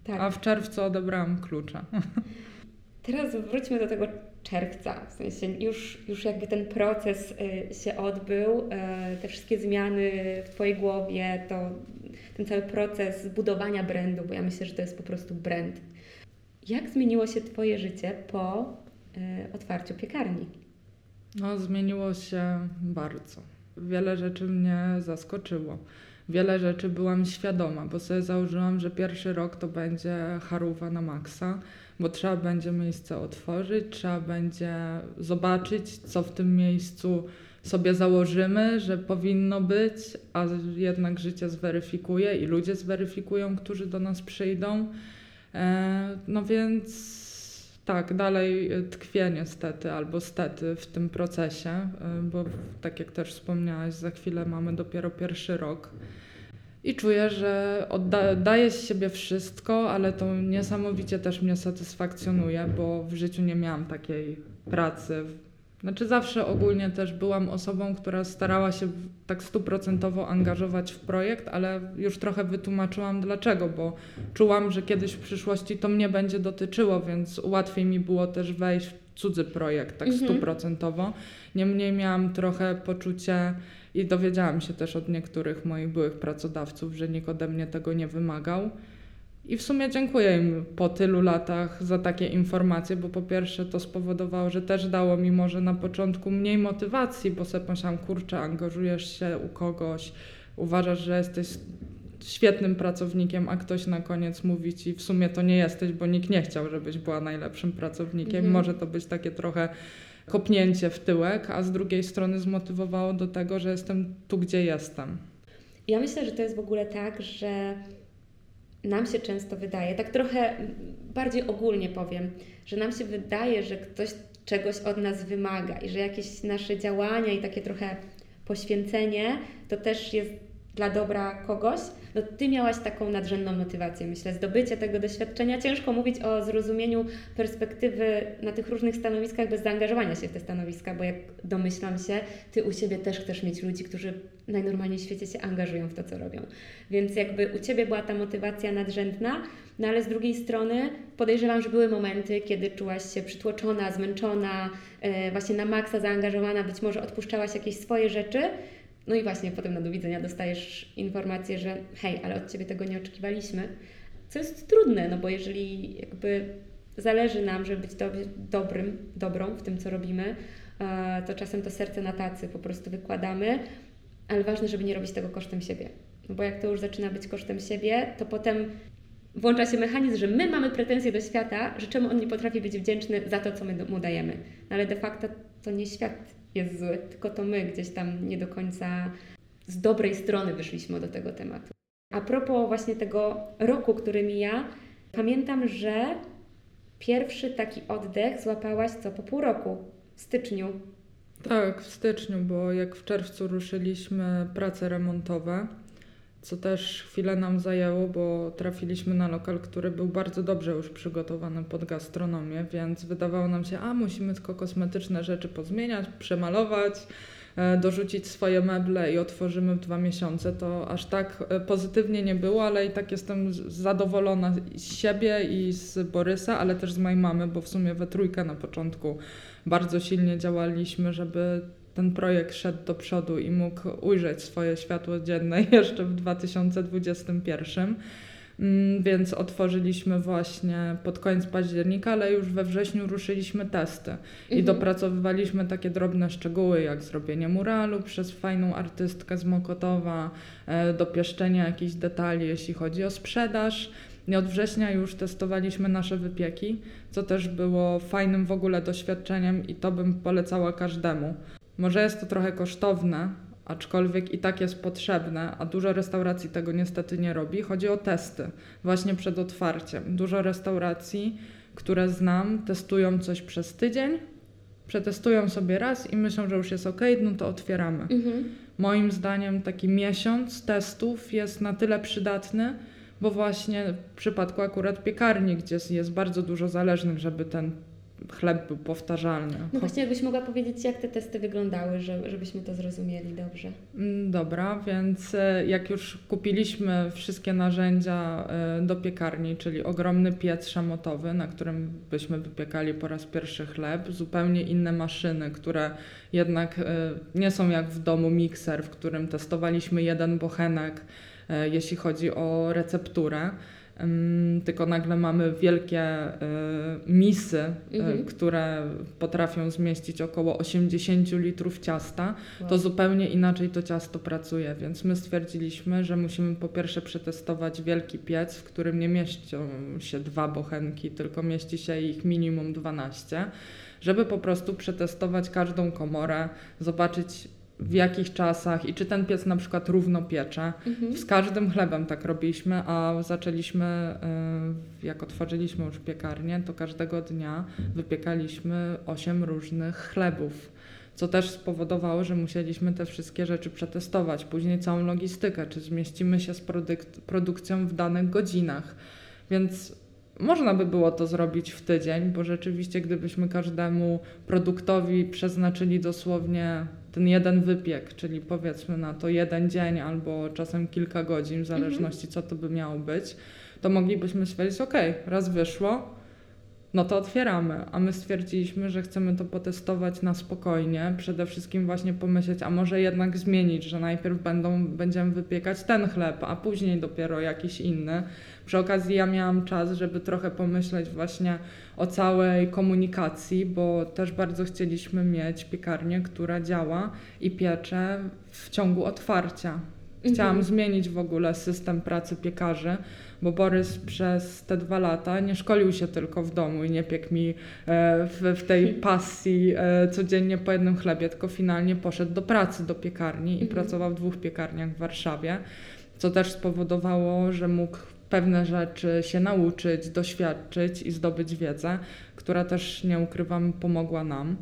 Tak. A w czerwcu odebrałam klucze. Teraz wróćmy do tego czerwca, w sensie już, już jakby ten proces y, się odbył, y, te wszystkie zmiany w Twojej głowie, to ten cały proces budowania brandu, bo ja myślę, że to jest po prostu brand. Jak zmieniło się Twoje życie po y, otwarciu piekarni? No, zmieniło się bardzo. Wiele rzeczy mnie zaskoczyło. Wiele rzeczy byłam świadoma, bo sobie założyłam, że pierwszy rok to będzie charówa na maksa, bo trzeba będzie miejsce otworzyć, trzeba będzie zobaczyć, co w tym miejscu sobie założymy, że powinno być, a jednak życie zweryfikuje i ludzie zweryfikują, którzy do nas przyjdą. No więc tak, dalej tkwię niestety albo stety w tym procesie, bo tak jak też wspomniałaś, za chwilę mamy dopiero pierwszy rok. I czuję, że odda- daję z siebie wszystko, ale to niesamowicie też mnie satysfakcjonuje, bo w życiu nie miałam takiej pracy. Znaczy zawsze ogólnie też byłam osobą, która starała się tak stuprocentowo angażować w projekt, ale już trochę wytłumaczyłam dlaczego, bo czułam, że kiedyś w przyszłości to mnie będzie dotyczyło, więc łatwiej mi było też wejść w cudzy projekt tak stuprocentowo. Mhm. Niemniej miałam trochę poczucie i dowiedziałam się też od niektórych moich byłych pracodawców, że nikt ode mnie tego nie wymagał. I w sumie dziękuję im po tylu latach za takie informacje, bo po pierwsze to spowodowało, że też dało mi może na początku mniej motywacji, bo sobie pomyślałam, kurczę, angażujesz się u kogoś, uważasz, że jesteś świetnym pracownikiem, a ktoś na koniec mówi ci, w sumie to nie jesteś, bo nikt nie chciał, żebyś była najlepszym pracownikiem. Mhm. Może to być takie trochę kopnięcie w tyłek, a z drugiej strony zmotywowało do tego, że jestem tu, gdzie jestem. Ja myślę, że to jest w ogóle tak, że nam się często wydaje, tak trochę bardziej ogólnie powiem, że nam się wydaje, że ktoś czegoś od nas wymaga i że jakieś nasze działania i takie trochę poświęcenie to też jest dla dobra kogoś. No Ty miałaś taką nadrzędną motywację, myślę, zdobycie tego doświadczenia. Ciężko mówić o zrozumieniu perspektywy na tych różnych stanowiskach bez zaangażowania się w te stanowiska, bo jak domyślam się, Ty u siebie też chcesz mieć ludzi, którzy najnormalniej w świecie się angażują w to, co robią. Więc jakby u Ciebie była ta motywacja nadrzędna, no ale z drugiej strony podejrzewam, że były momenty, kiedy czułaś się przytłoczona, zmęczona, yy, właśnie na maksa zaangażowana, być może odpuszczałaś jakieś swoje rzeczy. No i właśnie potem na do widzenia dostajesz informację, że hej, ale od Ciebie tego nie oczekiwaliśmy, co jest trudne, no bo jeżeli jakby zależy nam, żeby być do, dobrym, dobrą w tym, co robimy, to czasem to serce na tacy po prostu wykładamy, ale ważne, żeby nie robić tego kosztem siebie. No bo jak to już zaczyna być kosztem siebie, to potem włącza się mechanizm, że my mamy pretensje do świata, że czemu on nie potrafi być wdzięczny za to, co my mu dajemy. No ale de facto to nie świat jest zły, tylko to my gdzieś tam nie do końca z dobrej strony wyszliśmy do tego tematu. A propos właśnie tego roku, który mija, pamiętam, że pierwszy taki oddech złapałaś co po pół roku, w styczniu. Tak, w styczniu, bo jak w czerwcu ruszyliśmy prace remontowe, co też chwilę nam zajęło, bo trafiliśmy na lokal, który był bardzo dobrze już przygotowany pod gastronomię, więc wydawało nam się, a musimy tylko kosmetyczne rzeczy pozmieniać, przemalować, e, dorzucić swoje meble i otworzymy w dwa miesiące. To aż tak pozytywnie nie było, ale i tak jestem zadowolona z siebie i z Borysa, ale też z mojej mamy, bo w sumie we trójkę na początku bardzo silnie działaliśmy, żeby ten projekt szedł do przodu i mógł ujrzeć swoje światło dzienne jeszcze w dwa tysiące dwudziestym pierwszym. Więc otworzyliśmy właśnie pod koniec października, ale już we wrześniu ruszyliśmy testy i mhm. dopracowywaliśmy takie drobne szczegóły, jak zrobienie muralu przez fajną artystkę z Mokotowa, dopieszczenie jakichś detali, jeśli chodzi o sprzedaż. I od września już testowaliśmy nasze wypieki, co też było fajnym w ogóle doświadczeniem i to bym polecała każdemu. Może jest to trochę kosztowne, aczkolwiek i tak jest potrzebne, a dużo restauracji tego niestety nie robi. Chodzi o testy właśnie przed otwarciem. Dużo restauracji, które znam, testują coś przez tydzień, przetestują sobie raz i myślą, że już jest ok, no to otwieramy. Mhm. Moim zdaniem taki miesiąc testów jest na tyle przydatny, bo właśnie w przypadku akurat piekarni, gdzie jest bardzo dużo zależnych, żeby ten chleb był powtarzalny. No właśnie, jakbyś mogła powiedzieć, jak te testy wyglądały, że, żebyśmy to zrozumieli dobrze. Dobra, więc jak już kupiliśmy wszystkie narzędzia do piekarni, czyli ogromny piec szamotowy, na którym byśmy wypiekali po raz pierwszy chleb, zupełnie inne maszyny, które jednak nie są jak w domu mikser, w którym testowaliśmy jeden bochenek, jeśli chodzi o recepturę. Tylko nagle mamy wielkie y, misy, mhm. y, które potrafią zmieścić około osiemdziesiąt litrów ciasta, wow. To zupełnie inaczej to ciasto pracuje, więc my stwierdziliśmy, że musimy po pierwsze przetestować wielki piec, w którym nie mieszczą się dwa bochenki, tylko mieści się ich minimum dwanaście, żeby po prostu przetestować każdą komorę, zobaczyć w jakich czasach i czy ten piec na przykład równo piecze. Mhm. Z każdym chlebem tak robiliśmy, a zaczęliśmy, jak otworzyliśmy już piekarnię, to każdego dnia wypiekaliśmy osiem różnych chlebów, co też spowodowało, że musieliśmy te wszystkie rzeczy przetestować. Później całą logistykę, czy zmieścimy się z produk- produkcją w danych godzinach. Więc można by było to zrobić w tydzień, bo rzeczywiście gdybyśmy każdemu produktowi przeznaczyli dosłownie ten jeden wypiek, czyli powiedzmy na to jeden dzień albo czasem kilka godzin, w zależności co to by miało być, to moglibyśmy stwierdzić, ok, raz wyszło, no to otwieramy, a my stwierdziliśmy, że chcemy to potestować na spokojnie, przede wszystkim właśnie pomyśleć, a może jednak zmienić, że najpierw będą, będziemy wypiekać ten chleb, a później dopiero jakiś inny. Przy okazji ja miałam czas, żeby trochę pomyśleć właśnie o całej komunikacji, bo też bardzo chcieliśmy mieć piekarnię, która działa i piecze w ciągu otwarcia. Chciałam mhm. zmienić w ogóle system pracy piekarzy, bo Borys przez te dwa lata nie szkolił się tylko w domu i nie piekł mi w, w tej pasji codziennie po jednym chlebie, tylko finalnie poszedł do pracy, do piekarni i mhm. pracował w dwóch piekarniach w Warszawie, co też spowodowało, że mógł pewne rzeczy się nauczyć, doświadczyć i zdobyć wiedzę, która też, nie ukrywam, pomogła nam.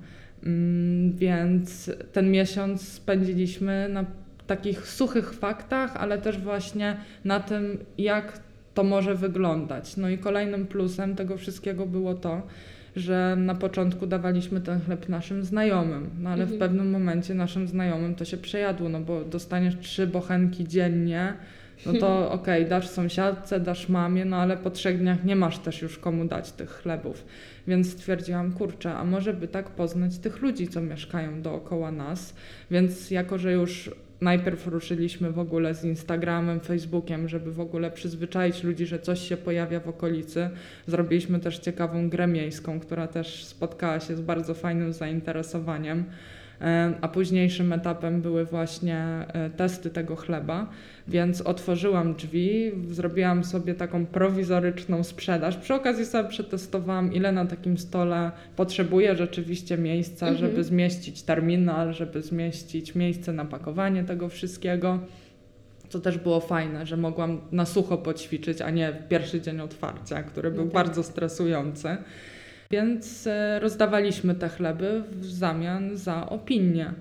Więc ten miesiąc spędziliśmy na takich suchych faktach, ale też właśnie na tym, jak to może wyglądać. No i kolejnym plusem tego wszystkiego było to, że na początku dawaliśmy ten chleb naszym znajomym, no ale mhm. w pewnym momencie naszym znajomym to się przejadło, no bo dostaniesz trzy bochenki dziennie, no to okej, okay, dasz sąsiadce, dasz mamie, no ale po trzech dniach nie masz też już komu dać tych chlebów. Więc stwierdziłam, kurczę, a może by tak poznać tych ludzi, co mieszkają dookoła nas. Więc jako, że już najpierw ruszyliśmy w ogóle z Instagramem, Facebookiem, żeby w ogóle przyzwyczaić ludzi, że coś się pojawia w okolicy. Zrobiliśmy też ciekawą grę miejską, która też spotkała się z bardzo fajnym zainteresowaniem. A późniejszym etapem były właśnie testy tego chleba, więc otworzyłam drzwi, zrobiłam sobie taką prowizoryczną sprzedaż. Przy okazji sobie przetestowałam, ile na takim stole potrzebuję rzeczywiście miejsca, mhm. żeby zmieścić terminal, żeby zmieścić miejsce na pakowanie tego wszystkiego. Co też było fajne, że mogłam na sucho poćwiczyć, a nie w pierwszy dzień otwarcia, który był no tak. bardzo stresujący. Więc rozdawaliśmy te chleby w zamian za opinię.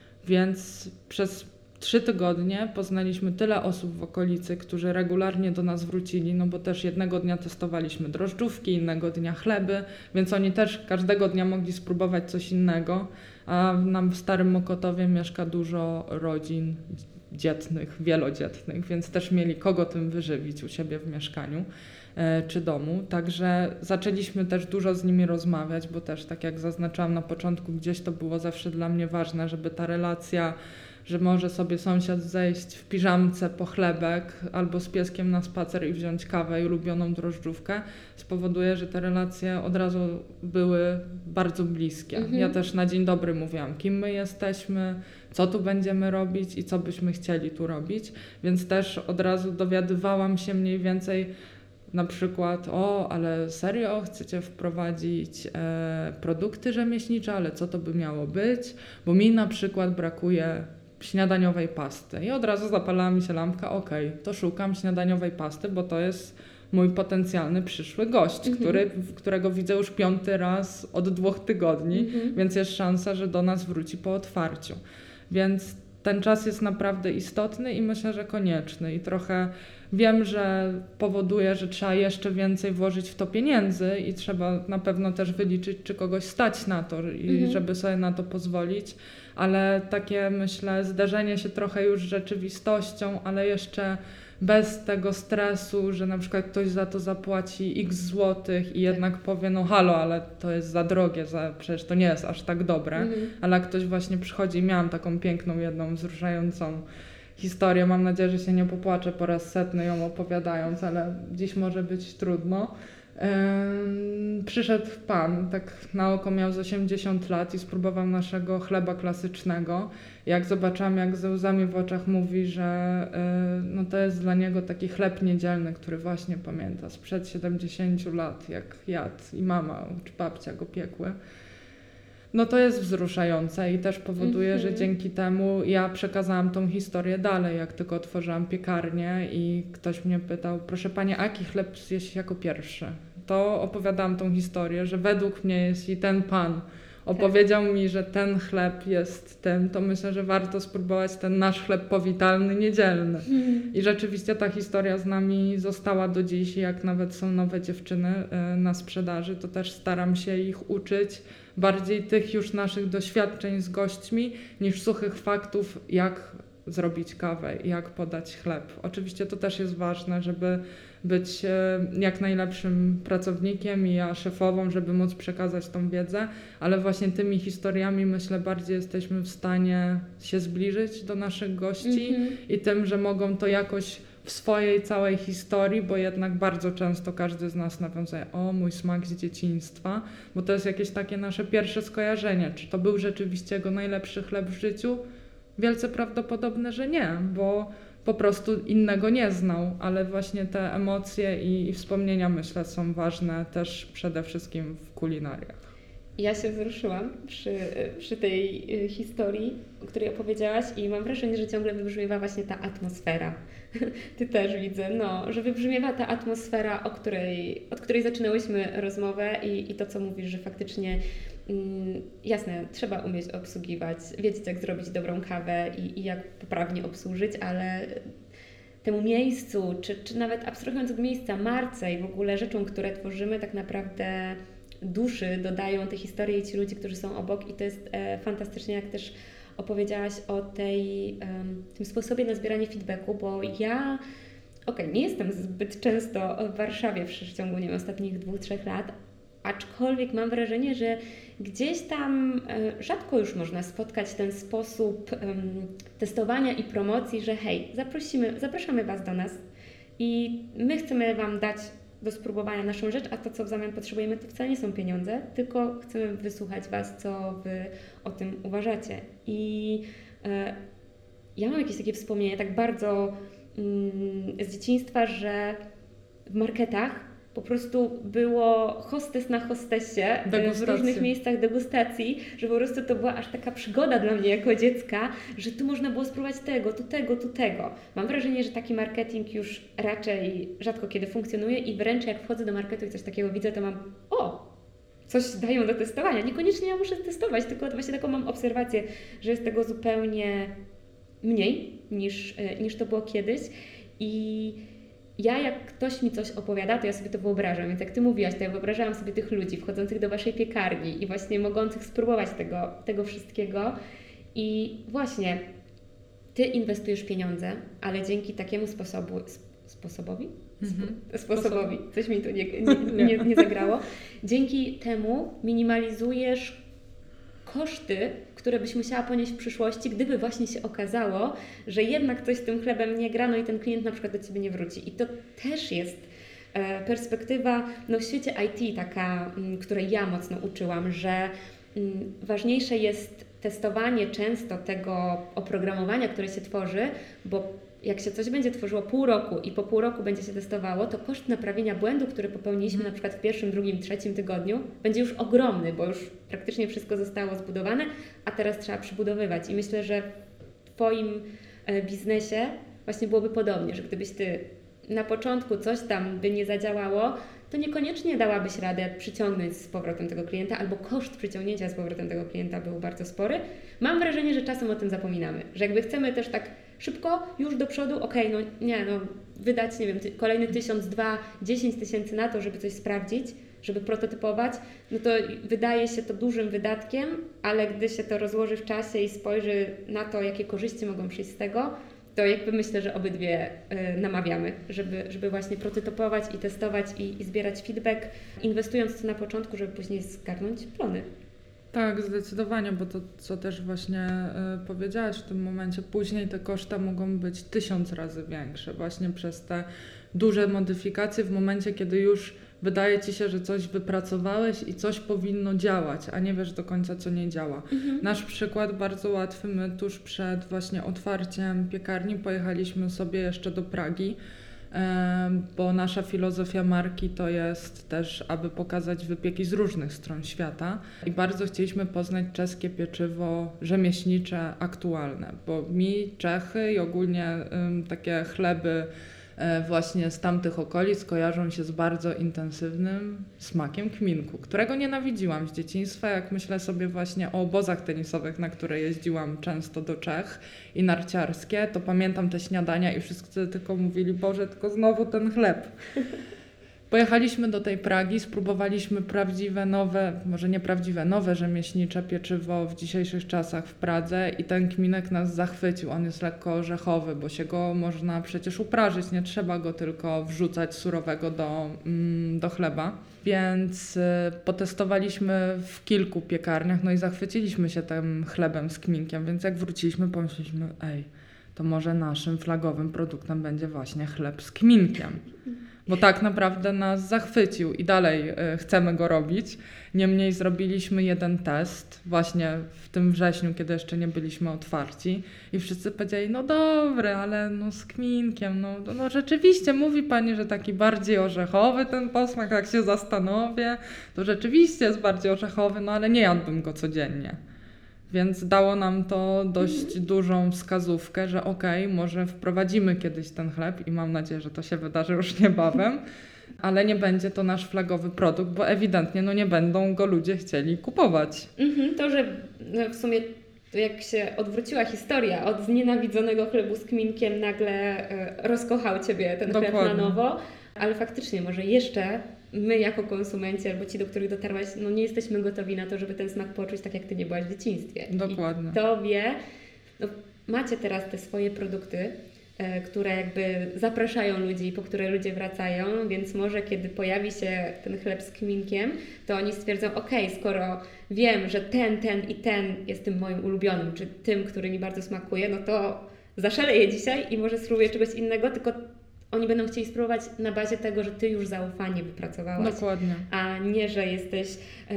Więc przez trzy tygodnie poznaliśmy tyle osób w okolicy, którzy regularnie do nas wrócili, no bo też jednego dnia testowaliśmy drożdżówki, innego dnia chleby, więc oni też każdego dnia mogli spróbować coś innego, a nam w Starym Mokotowie mieszka dużo rodzin dzietnych, wielodzietnych, więc też mieli kogo tym wyżywić u siebie w mieszkaniu czy domu, także zaczęliśmy też dużo z nimi rozmawiać, bo też tak jak zaznaczałam na początku, gdzieś to było zawsze dla mnie ważne, żeby ta relacja, że może sobie sąsiad zejść w piżamce po chlebek albo z pieskiem na spacer i wziąć kawę i ulubioną drożdżówkę, spowoduje, że te relacje od razu były bardzo bliskie. Mhm. Ja też na dzień dobry mówiłam, kim my jesteśmy, co tu będziemy robić i co byśmy chcieli tu robić, więc też od razu dowiadywałam się mniej więcej na przykład, o, ale serio chcecie wprowadzić e, produkty rzemieślnicze, ale co to by miało być? Bo mi na przykład brakuje śniadaniowej pasty. I od razu zapalała mi się lampka, okej, okay, to szukam śniadaniowej pasty, bo to jest mój potencjalny przyszły gość, mhm. który, którego widzę już piąty raz od dwóch tygodni, mhm. więc jest szansa, że do nas wróci po otwarciu. Więc ten czas jest naprawdę istotny i myślę, że konieczny i trochę wiem, że powoduje, że trzeba jeszcze więcej włożyć w to pieniędzy i trzeba na pewno też wyliczyć, czy kogoś stać na to i mhm. żeby sobie na to pozwolić, ale takie myślę zderzenie się trochę już z rzeczywistością, ale jeszcze bez tego stresu, że na przykład ktoś za to zapłaci x złotych i jednak powie, no halo, ale to jest za drogie, za, przecież to nie jest aż tak dobre, mhm. ale jak ktoś właśnie przychodzi, miałam taką piękną, jedną wzruszającą historię, mam nadzieję, że się nie popłaczę po raz setny ją opowiadając, ale dziś może być trudno. Ym, przyszedł pan, tak na oko miał z osiemdziesiąt lat i spróbował naszego chleba klasycznego. Jak zobaczyłam, jak ze łzami w oczach mówi, że y, no to jest dla niego taki chleb niedzielny, który właśnie pamięta sprzed siedemdziesięciu lat, jak jadł i mama czy babcia go piekły. No to jest wzruszające i też powoduje, mm-hmm. że dzięki temu ja przekazałam tą historię dalej, jak tylko otworzyłam piekarnię i ktoś mnie pytał, proszę pani, a jaki chleb zjeść jako pierwszy? To opowiadałam tą historię, że według mnie, jeśli ten pan opowiedział mi, że ten chleb jest tym, to myślę, że warto spróbować ten nasz chleb powitalny, niedzielny. Mm. I rzeczywiście ta historia z nami została do dziś. Jak nawet są nowe dziewczyny y, na sprzedaży, to też staram się ich uczyć bardziej tych już naszych doświadczeń z gośćmi, niż suchych faktów, jak zrobić kawę, jak podać chleb. Oczywiście to też jest ważne, żeby być jak najlepszym pracownikiem i ja szefową, żeby móc przekazać tą wiedzę, ale właśnie tymi historiami myślę bardziej jesteśmy w stanie się zbliżyć do naszych gości mm-hmm. i tym, że mogą to jakoś w swojej całej historii, bo jednak bardzo często każdy z nas nawiązuje, o mój smak z dzieciństwa, bo to jest jakieś takie nasze pierwsze skojarzenie. Czy to był rzeczywiście jego najlepszy chleb w życiu? Wielce prawdopodobne, że nie, bo po prostu innego nie znał, ale właśnie te emocje i, i wspomnienia, myślę, są ważne też przede wszystkim w kulinariach. Ja się wzruszyłam przy, przy tej historii, o której opowiedziałaś i mam wrażenie, że ciągle wybrzmiewa właśnie ta atmosfera. Ty też widzę, no, że wybrzmiewa ta atmosfera, o której, od której zaczynałyśmy rozmowę i, i to, co mówisz, że faktycznie mm, jasne, trzeba umieć obsługiwać, wiedzieć, jak zrobić dobrą kawę i, i jak poprawnie obsłużyć, ale temu miejscu, czy, czy nawet abstrahując od miejsca, marce i w ogóle rzeczom, które tworzymy, tak naprawdę duszy dodają te historie i ci ludzie, którzy są obok i to jest e, fantastycznie, jak też opowiedziałaś o tej, um, tym sposobie na zbieranie feedbacku, bo ja okej, okay, nie jestem zbyt często w Warszawie w przeciągu nie wiem, ostatnich dwóch, trzech lat, aczkolwiek mam wrażenie, że gdzieś tam e, rzadko już można spotkać ten sposób um, testowania i promocji, że hej, zaprosimy, zapraszamy Was do nas i my chcemy Wam dać do spróbowania naszą rzecz, a to, co w zamian potrzebujemy, to wcale nie są pieniądze, tylko chcemy wysłuchać Was, co Wy o tym uważacie. I e, ja mam jakieś takie wspomnienie tak bardzo mm, z dzieciństwa, że w marketach po prostu było hostes na hostesie w różnych miejscach degustacji, że po prostu to była aż taka przygoda dla mnie jako dziecka, że tu można było spróbować tego, tu tego, tu tego. Mam wrażenie, że taki marketing już raczej rzadko kiedy funkcjonuje i wręcz jak wchodzę do marketu i coś takiego widzę, to mam o, coś dają do testowania. Niekoniecznie ja muszę testować, tylko właśnie taką mam obserwację, że jest tego zupełnie mniej niż, niż to było kiedyś i ja jak ktoś mi coś opowiada, to ja sobie to wyobrażam, więc jak Ty mówiłaś, to ja wyobrażałam sobie tych ludzi wchodzących do Waszej piekarni i właśnie mogących spróbować tego, tego wszystkiego i właśnie Ty inwestujesz pieniądze, ale dzięki takiemu sposobu, sposobowi? Mm-hmm. Sposobowi, coś mi tu nie, nie, nie, nie zagrało, dzięki temu minimalizujesz koszty, które byś musiała ponieść w przyszłości, gdyby właśnie się okazało, że jednak coś z tym chlebem nie gra, no i ten klient na przykład do Ciebie nie wróci. I to też jest e, perspektywa no, w świecie I T taka, m, której ja mocno uczyłam, że m, ważniejsze jest testowanie często tego oprogramowania, które się tworzy, bo jak się coś będzie tworzyło pół roku i po pół roku będzie się testowało, to koszt naprawienia błędu, który popełniliśmy na przykład w pierwszym, drugim, trzecim tygodniu, będzie już ogromny, bo już praktycznie wszystko zostało zbudowane, a teraz trzeba przybudowywać. I myślę, że w Twoim biznesie właśnie byłoby podobnie, że gdybyś Ty na początku coś tam by nie zadziałało, to niekoniecznie dałabyś radę przyciągnąć z powrotem tego klienta, albo koszt przyciągnięcia z powrotem tego klienta był bardzo spory. Mam wrażenie, że czasem o tym zapominamy, że jakby chcemy też tak szybko, już do przodu, okej, okay, no nie, no wydać, nie wiem, ty, kolejny tysiąc, dwa, dziesięć tysięcy na to, żeby coś sprawdzić, żeby prototypować, no to wydaje się to dużym wydatkiem, ale gdy się to rozłoży w czasie i spojrzy na to, jakie korzyści mogą przyjść z tego, to jakby myślę, że obydwie y, namawiamy, żeby, żeby właśnie prototypować i testować i, i zbierać feedback, inwestując to na początku, żeby później zgarnąć plony. Tak, zdecydowanie, bo to, co też właśnie y, powiedziałaś w tym momencie, później te koszta mogą być tysiąc razy większe, właśnie przez te duże modyfikacje w momencie, kiedy już wydaje Ci się, że coś wypracowałeś i coś powinno działać, a nie wiesz do końca, co nie działa. Mhm. Nasz przykład bardzo łatwy, my tuż przed właśnie otwarciem piekarni pojechaliśmy sobie jeszcze do Pragi, bo nasza filozofia marki to jest też, aby pokazać wypieki z różnych stron świata i bardzo chcieliśmy poznać czeskie pieczywo rzemieślnicze aktualne, bo mi Czechy i ogólnie um, takie chleby właśnie z tamtych okolic kojarzą się z bardzo intensywnym smakiem kminku, którego nienawidziłam z dzieciństwa, jak myślę sobie właśnie o obozach tenisowych, na które jeździłam często do Czech i narciarskie, to pamiętam te śniadania i wszyscy tylko mówili, Boże, tylko znowu ten chleb. Pojechaliśmy do tej Pragi, spróbowaliśmy prawdziwe, nowe, może nie prawdziwe, nowe rzemieślnicze pieczywo w dzisiejszych czasach w Pradze i ten kminek nas zachwycił. On jest lekko orzechowy, bo się go można przecież uprażyć, nie trzeba go tylko wrzucać surowego do, mm, do chleba. Więc y, potestowaliśmy w kilku piekarniach, no i zachwyciliśmy się tym chlebem z kminkiem, więc jak wróciliśmy, pomyśleliśmy, ej, to może naszym flagowym produktem będzie właśnie chleb z kminkiem. Bo tak naprawdę nas zachwycił i dalej y, chcemy go robić. Niemniej zrobiliśmy jeden test właśnie w tym wrześniu, kiedy jeszcze nie byliśmy otwarci i wszyscy powiedzieli, no dobry, ale no z kminkiem, no, no rzeczywiście mówi Pani, że taki bardziej orzechowy ten posmak, jak się zastanowię, to rzeczywiście jest bardziej orzechowy, no ale nie jadłbym go codziennie. Więc dało nam to dość mhm. dużą wskazówkę, że okej, okay, może wprowadzimy kiedyś ten chleb i mam nadzieję, że to się wydarzy już niebawem, ale nie będzie to nasz flagowy produkt, bo ewidentnie no, nie będą go ludzie chcieli kupować. Mhm, to, że no, w sumie jak się odwróciła historia od znienawidzonego chlebu z kminkiem, nagle y, rozkochał Ciebie ten Dokładnie. Chleb na nowo, ale faktycznie może jeszcze my jako konsumenci albo ci, do których dotarłaś, no nie jesteśmy gotowi na to, żeby ten smak poczuć tak, jak Ty nie byłaś w dzieciństwie. Dokładnie. I Tobie, no, macie teraz te swoje produkty, e, które jakby zapraszają ludzi, po które ludzie wracają, więc może kiedy pojawi się ten chleb z kminkiem, to oni stwierdzą, okej, okay, skoro wiem, że ten, ten i ten jest tym moim ulubionym, czy tym, który mi bardzo smakuje, no to zaszaleję dzisiaj i może spróbuję czegoś innego, tylko oni będą chcieli spróbować na bazie tego, że Ty już zaufanie wypracowałaś. Dokładnie. A nie, że jesteś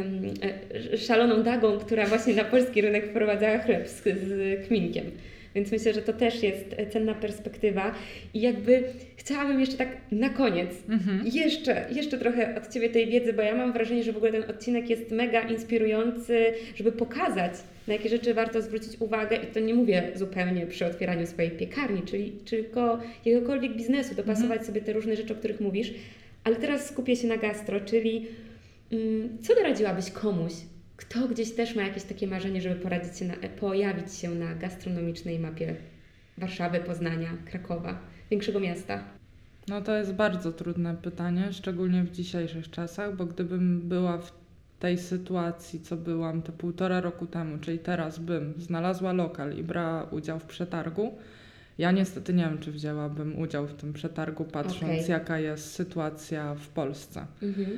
um, szaloną dagą, która właśnie na polski rynek wprowadzała chleb z, z kminkiem. Więc myślę, że to też jest cenna perspektywa. I jakby chciałabym jeszcze tak na koniec, mhm. jeszcze, jeszcze trochę od Ciebie tej wiedzy, bo ja mam wrażenie, że w ogóle ten odcinek jest mega inspirujący, żeby pokazać, na jakie rzeczy warto zwrócić uwagę i to nie mówię zupełnie przy otwieraniu swojej piekarni, czyli tylko jakiegokolwiek biznesu, dopasować mhm. sobie te różne rzeczy, o których mówisz. Ale teraz skupię się na gastro, czyli um, co doradziłabyś komuś, kto gdzieś też ma jakieś takie marzenie, żeby poradzić się na, pojawić się na gastronomicznej mapie Warszawy, Poznania, Krakowa, większego miasta? No to jest bardzo trudne pytanie, szczególnie w dzisiejszych czasach, bo gdybym była w tej sytuacji, co byłam te półtora roku temu, czyli teraz bym znalazła lokal i brała udział w przetargu, ja niestety nie wiem, czy wzięłabym udział w tym przetargu, patrząc okay. jaka jest sytuacja w Polsce. Mhm.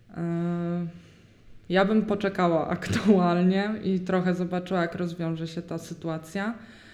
Y- Ja bym poczekała aktualnie i trochę zobaczyła, jak rozwiąże się ta sytuacja,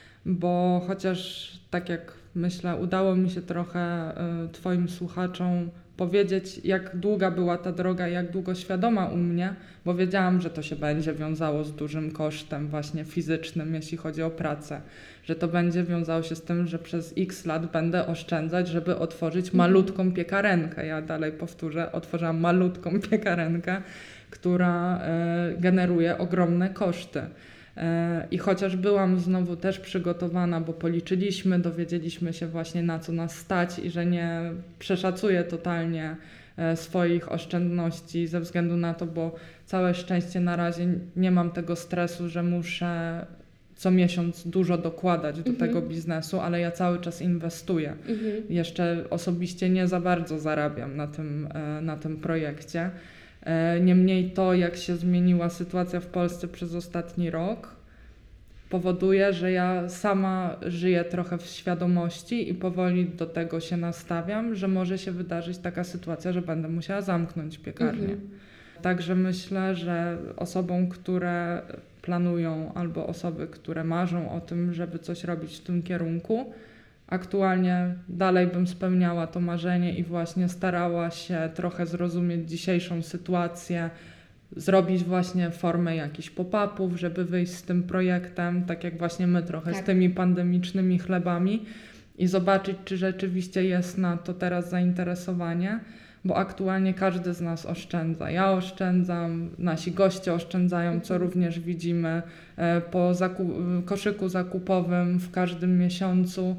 bo chociaż tak jak myślę, udało mi się trochę y, Twoim słuchaczom powiedzieć, jak długa była ta droga, jak długo świadoma u mnie, bo wiedziałam, że to się będzie wiązało z dużym kosztem właśnie fizycznym, jeśli chodzi o pracę, że to będzie wiązało się z tym, że przez x lat będę oszczędzać, żeby otworzyć malutką piekarenkę. Ja dalej powtórzę, otworzyłam malutką piekarenkę, która y, generuje ogromne koszty. Y, I chociaż byłam znowu też przygotowana, bo policzyliśmy, dowiedzieliśmy się właśnie na co nas stać i że nie przeszacuję totalnie swoich oszczędności ze względu na to, bo całe szczęście na razie nie mam tego stresu, że muszę co miesiąc dużo dokładać do mhm. tego biznesu, ale ja cały czas inwestuję. Mhm. Jeszcze osobiście nie za bardzo zarabiam na tym, na tym projekcie. Niemniej to, jak się zmieniła sytuacja w Polsce przez ostatni rok, powoduje, że ja sama żyję trochę w świadomości i powoli do tego się nastawiam, że może się wydarzyć taka sytuacja, że będę musiała zamknąć piekarnię. Mhm. Także myślę, że osobom, które planują albo osoby, które marzą o tym, żeby coś robić w tym kierunku, aktualnie dalej bym spełniała to marzenie i właśnie starała się trochę zrozumieć dzisiejszą sytuację, zrobić właśnie formę jakichś pop-upów, żeby wyjść z tym projektem, tak jak właśnie my trochę tak. z tymi pandemicznymi chlebami i zobaczyć, czy rzeczywiście jest na to teraz zainteresowanie, bo aktualnie każdy z nas oszczędza. Ja oszczędzam, nasi goście oszczędzają, co również widzimy po zakup- koszyku zakupowym w każdym miesiącu.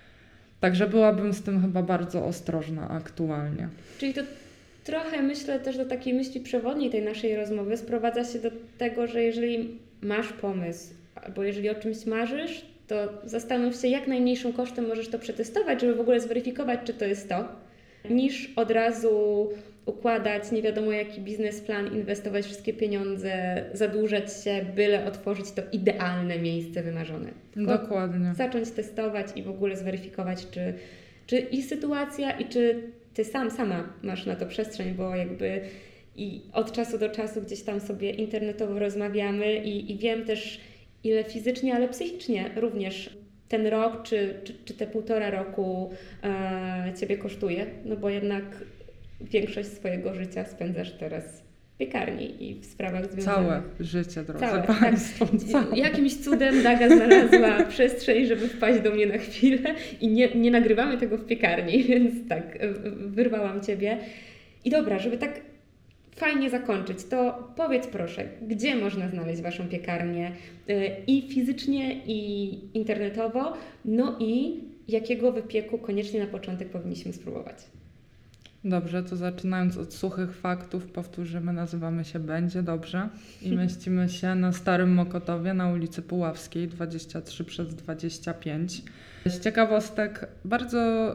Także byłabym z tym chyba bardzo ostrożna aktualnie. Czyli to trochę myślę też do takiej myśli przewodniej tej naszej rozmowy sprowadza się do tego, że jeżeli masz pomysł albo jeżeli o czymś marzysz, to zastanów się, jak najmniejszym kosztem możesz to przetestować, żeby w ogóle zweryfikować, czy to jest to, niż od razu układać nie wiadomo jaki biznesplan, inwestować wszystkie pieniądze, zadłużać się, byle otworzyć to idealne miejsce wymarzone. Tylko dokładnie. Zacząć testować i w ogóle zweryfikować, czy, czy i sytuacja, i czy Ty sam, sama masz na to przestrzeń, bo jakby i od czasu do czasu gdzieś tam sobie internetowo rozmawiamy i, i wiem też, ile fizycznie, ale psychicznie również ten rok czy, czy, czy te półtora roku e, Ciebie kosztuje, no bo jednak większość swojego życia spędzasz teraz w piekarni i w sprawach związanych. Całe życie, drodzy całe, Państwo. Tak. Całe. Jakimś cudem Daga znalazła przestrzeń, żeby wpaść do mnie na chwilę i nie, nie nagrywamy tego w piekarni, więc tak, wyrwałam Ciebie. I dobra, żeby tak fajnie zakończyć, to powiedz proszę, gdzie można znaleźć Waszą piekarnię i fizycznie, i internetowo, no i jakiego wypieku koniecznie na początek powinniśmy spróbować? Dobrze, to zaczynając od suchych faktów, powtórzymy, nazywamy się Będzie Dobrze i mieścimy się na Starym Mokotowie na ulicy Puławskiej dwadzieścia trzy przez dwadzieścia pięć. Z ciekawostek bardzo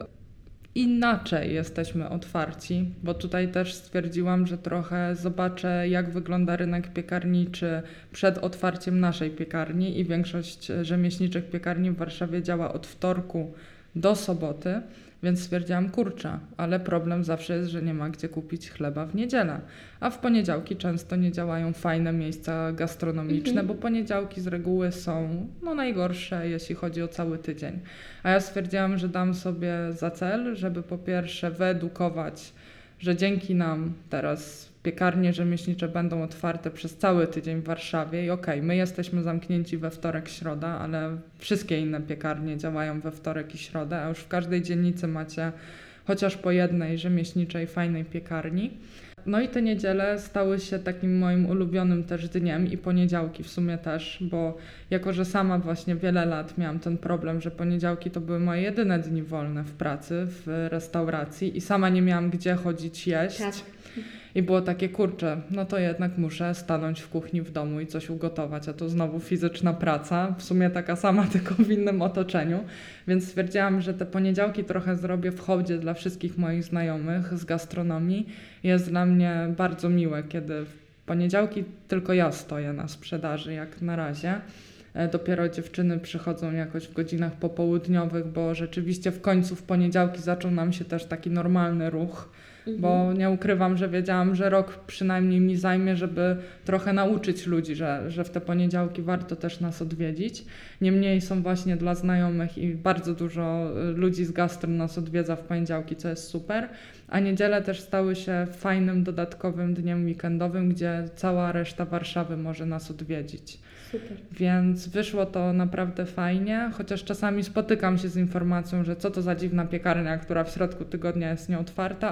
inaczej jesteśmy otwarci, bo tutaj też stwierdziłam, że trochę zobaczę, jak wygląda rynek piekarniczy przed otwarciem naszej piekarni i większość rzemieślniczych piekarni w Warszawie działa od wtorku do soboty, więc stwierdziłam, kurczę, ale problem zawsze jest, że nie ma gdzie kupić chleba w niedzielę, a w poniedziałki często nie działają fajne miejsca gastronomiczne, mm-hmm. bo poniedziałki z reguły są no, najgorsze, jeśli chodzi o cały tydzień. A ja stwierdziłam, że dam sobie za cel, żeby po pierwsze wyedukować, że dzięki nam teraz piekarnie rzemieślnicze będą otwarte przez cały tydzień w Warszawie i okej, okay, my jesteśmy zamknięci we wtorek, środa, ale wszystkie inne piekarnie działają we wtorek i środę, a już w każdej dzielnicy macie chociaż po jednej rzemieślniczej, fajnej piekarni. No i te niedziele stały się takim moim ulubionym też dniem i poniedziałki w sumie też, bo jako, że sama właśnie wiele lat miałam ten problem, że poniedziałki to były moje jedyne dni wolne w pracy, w restauracji i sama nie miałam gdzie chodzić jeść. Tak. I było takie, kurczę, no to jednak muszę stanąć w kuchni w domu i coś ugotować, a to znowu fizyczna praca, w sumie taka sama, tylko w innym otoczeniu, więc stwierdziłam, że te poniedziałki trochę zrobię w hołdzie dla wszystkich moich znajomych z gastronomii. Jest dla mnie bardzo miłe, kiedy w poniedziałki tylko ja stoję na sprzedaży, jak na razie. Dopiero dziewczyny przychodzą jakoś w godzinach popołudniowych, bo rzeczywiście w końcu w poniedziałki zaczął nam się też taki normalny ruch, mhm. bo nie ukrywam, że wiedziałam, że rok przynajmniej mi zajmie, żeby trochę nauczyć ludzi, że, że w te poniedziałki warto też nas odwiedzić. Niemniej są właśnie dla znajomych i bardzo dużo ludzi z gastro nas odwiedza w poniedziałki, co jest super. A niedziele też stały się fajnym, dodatkowym dniem weekendowym, gdzie cała reszta Warszawy może nas odwiedzić. Super. Więc wyszło to naprawdę fajnie, chociaż czasami spotykam się z informacją, że co to za dziwna piekarnia, która w środku tygodnia jest nieotwarta, ale kiedy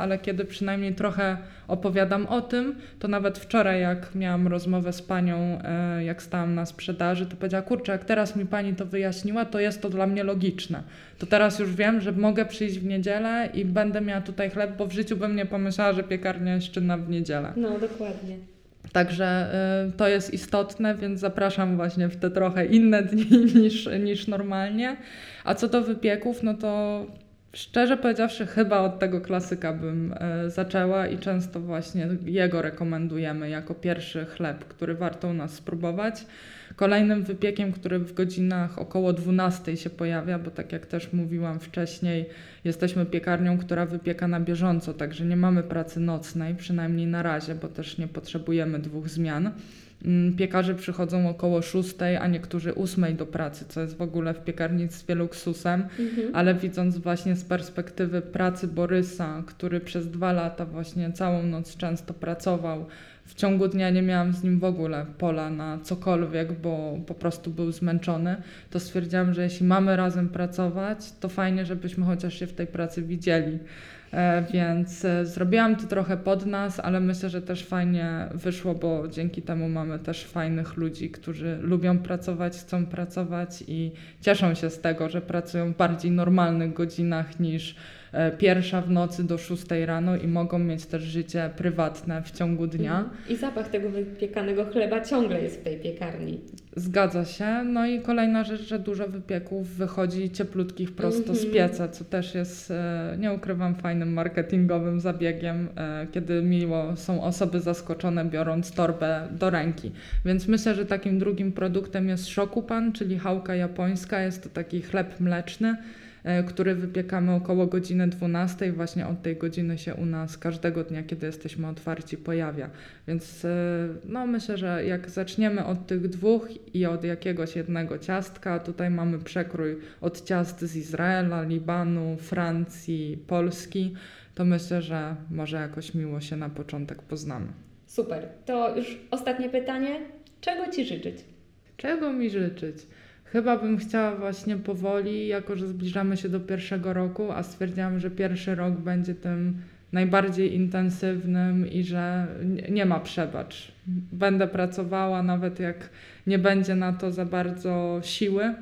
kiedy przynajmniej trochę opowiadam o tym, to nawet wczoraj jak miałam rozmowę z panią, jak stałam na sprzedaży, to powiedziała, kurczę, jak teraz mi pani to wyjaśniła, to jest to dla mnie logiczne. To teraz już wiem, że mogę przyjść w niedzielę i będę miała tutaj chleb, bo w życiu bym nie pomyślała, że piekarnia jest czynna w niedzielę. No, dokładnie. Także y, to jest istotne, więc zapraszam właśnie w te trochę inne dni niż, niż normalnie. A co do wypieków, no to szczerze powiedziawszy chyba od tego klasyka bym y, zaczęła i często właśnie jego rekomendujemy jako pierwszy chleb, który warto u nas spróbować. Kolejnym wypiekiem, który w godzinach około dwunastej się pojawia, bo tak jak też mówiłam wcześniej, jesteśmy piekarnią, która wypieka na bieżąco, także nie mamy pracy nocnej, przynajmniej na razie, bo też nie potrzebujemy dwóch zmian. Piekarze przychodzą około szóstej, a niektórzy ósmej do pracy, co jest w ogóle w piekarnictwie luksusem, mhm. ale widząc właśnie z perspektywy pracy Borysa, który przez dwa lata właśnie całą noc często pracował, w ciągu dnia nie miałam z nim w ogóle pola na cokolwiek, bo po prostu był zmęczony, to stwierdziłam, że jeśli mamy razem pracować, to fajnie, żebyśmy chociaż się w tej pracy widzieli. E, więc e, zrobiłam to trochę pod nas, ale myślę, że też fajnie wyszło, bo dzięki temu mamy też fajnych ludzi, którzy lubią pracować, chcą pracować i cieszą się z tego, że pracują w bardziej normalnych godzinach niż e, pierwsza w nocy do szóstej rano i mogą mieć też życie prywatne w ciągu dnia. I zapach tego wypiekanego chleba ciągle jest w tej piekarni. Zgadza się. No i kolejna rzecz, że dużo wypieków wychodzi cieplutkich prosto mm-hmm. z pieca, co też jest, e, nie ukrywam, fajnym marketingowym zabiegiem, e, kiedy miło są osoby zaskoczone, biorąc torbę do ręki. Więc myślę, że takim drugim produktem jest shokupan, czyli chałka japońska. Jest to taki chleb mleczny, który wypiekamy około godziny dwunastej. Właśnie od tej godziny się u nas każdego dnia, kiedy jesteśmy otwarci, pojawia. Więc no, myślę, że jak zaczniemy od tych dwóch i od jakiegoś jednego ciastka, tutaj mamy przekrój od ciast z Izraela, Libanu, Francji, Polski, to myślę, że może jakoś miło się na początek poznamy. Super. To już ostatnie pytanie. Czego Ci życzyć? Czego mi życzyć? Chyba bym chciała właśnie powoli, jako że zbliżamy się do pierwszego roku, a stwierdziłam, że pierwszy rok będzie tym najbardziej intensywnym i że nie ma przebacz. Będę pracowała, nawet jak nie będzie na to za bardzo siły,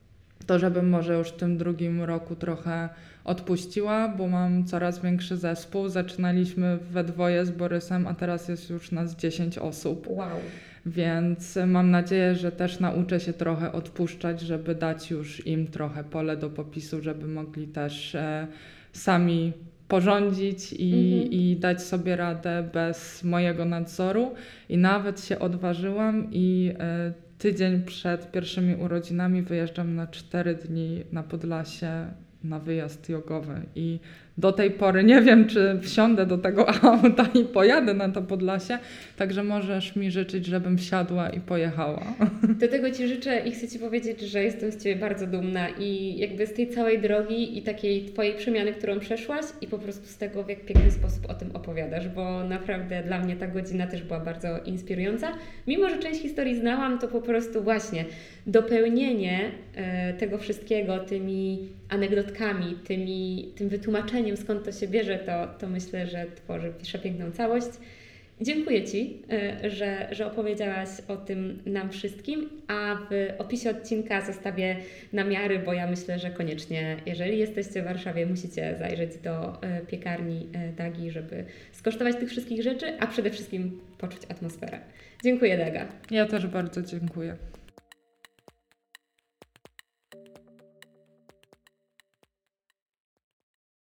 to żebym może już w tym drugim roku trochę odpuściła, bo mam coraz większy zespół. Zaczynaliśmy we dwoje z Borysem, a teraz jest już nas dziesięć osób. Wow. Więc mam nadzieję, że też nauczę się trochę odpuszczać, żeby dać już im trochę pole do popisu, żeby mogli też e, sami porządzić i, mhm. i dać sobie radę bez mojego nadzoru. I nawet się odważyłam i e, tydzień przed pierwszymi urodzinami wyjeżdżam na cztery dni na Podlasie na wyjazd jogowy i do tej pory nie wiem, czy wsiądę do tego auta i pojadę na to Podlasie, także możesz mi życzyć, żebym wsiadła i pojechała. Do tego Ci życzę i chcę Ci powiedzieć, że jestem z Ciebie bardzo dumna i jakby z tej całej drogi i takiej Twojej przemiany, którą przeszłaś i po prostu z tego, w jak piękny sposób o tym opowiadasz, bo naprawdę dla mnie ta godzina też była bardzo inspirująca. Mimo że część historii znałam, to po prostu właśnie dopełnienie e, tego wszystkiego tymi anegdotkami, tymi, tym wytłumaczeniem, skąd to się bierze, to, to myślę, że tworzy przepiękną całość. Dziękuję Ci, że, że opowiedziałaś o tym nam wszystkim, a w opisie odcinka zostawię namiary, bo ja myślę, że koniecznie, jeżeli jesteście w Warszawie, musicie zajrzeć do piekarni Dagi, żeby skosztować tych wszystkich rzeczy, a przede wszystkim poczuć atmosferę. Dziękuję, Daga. Ja też bardzo dziękuję.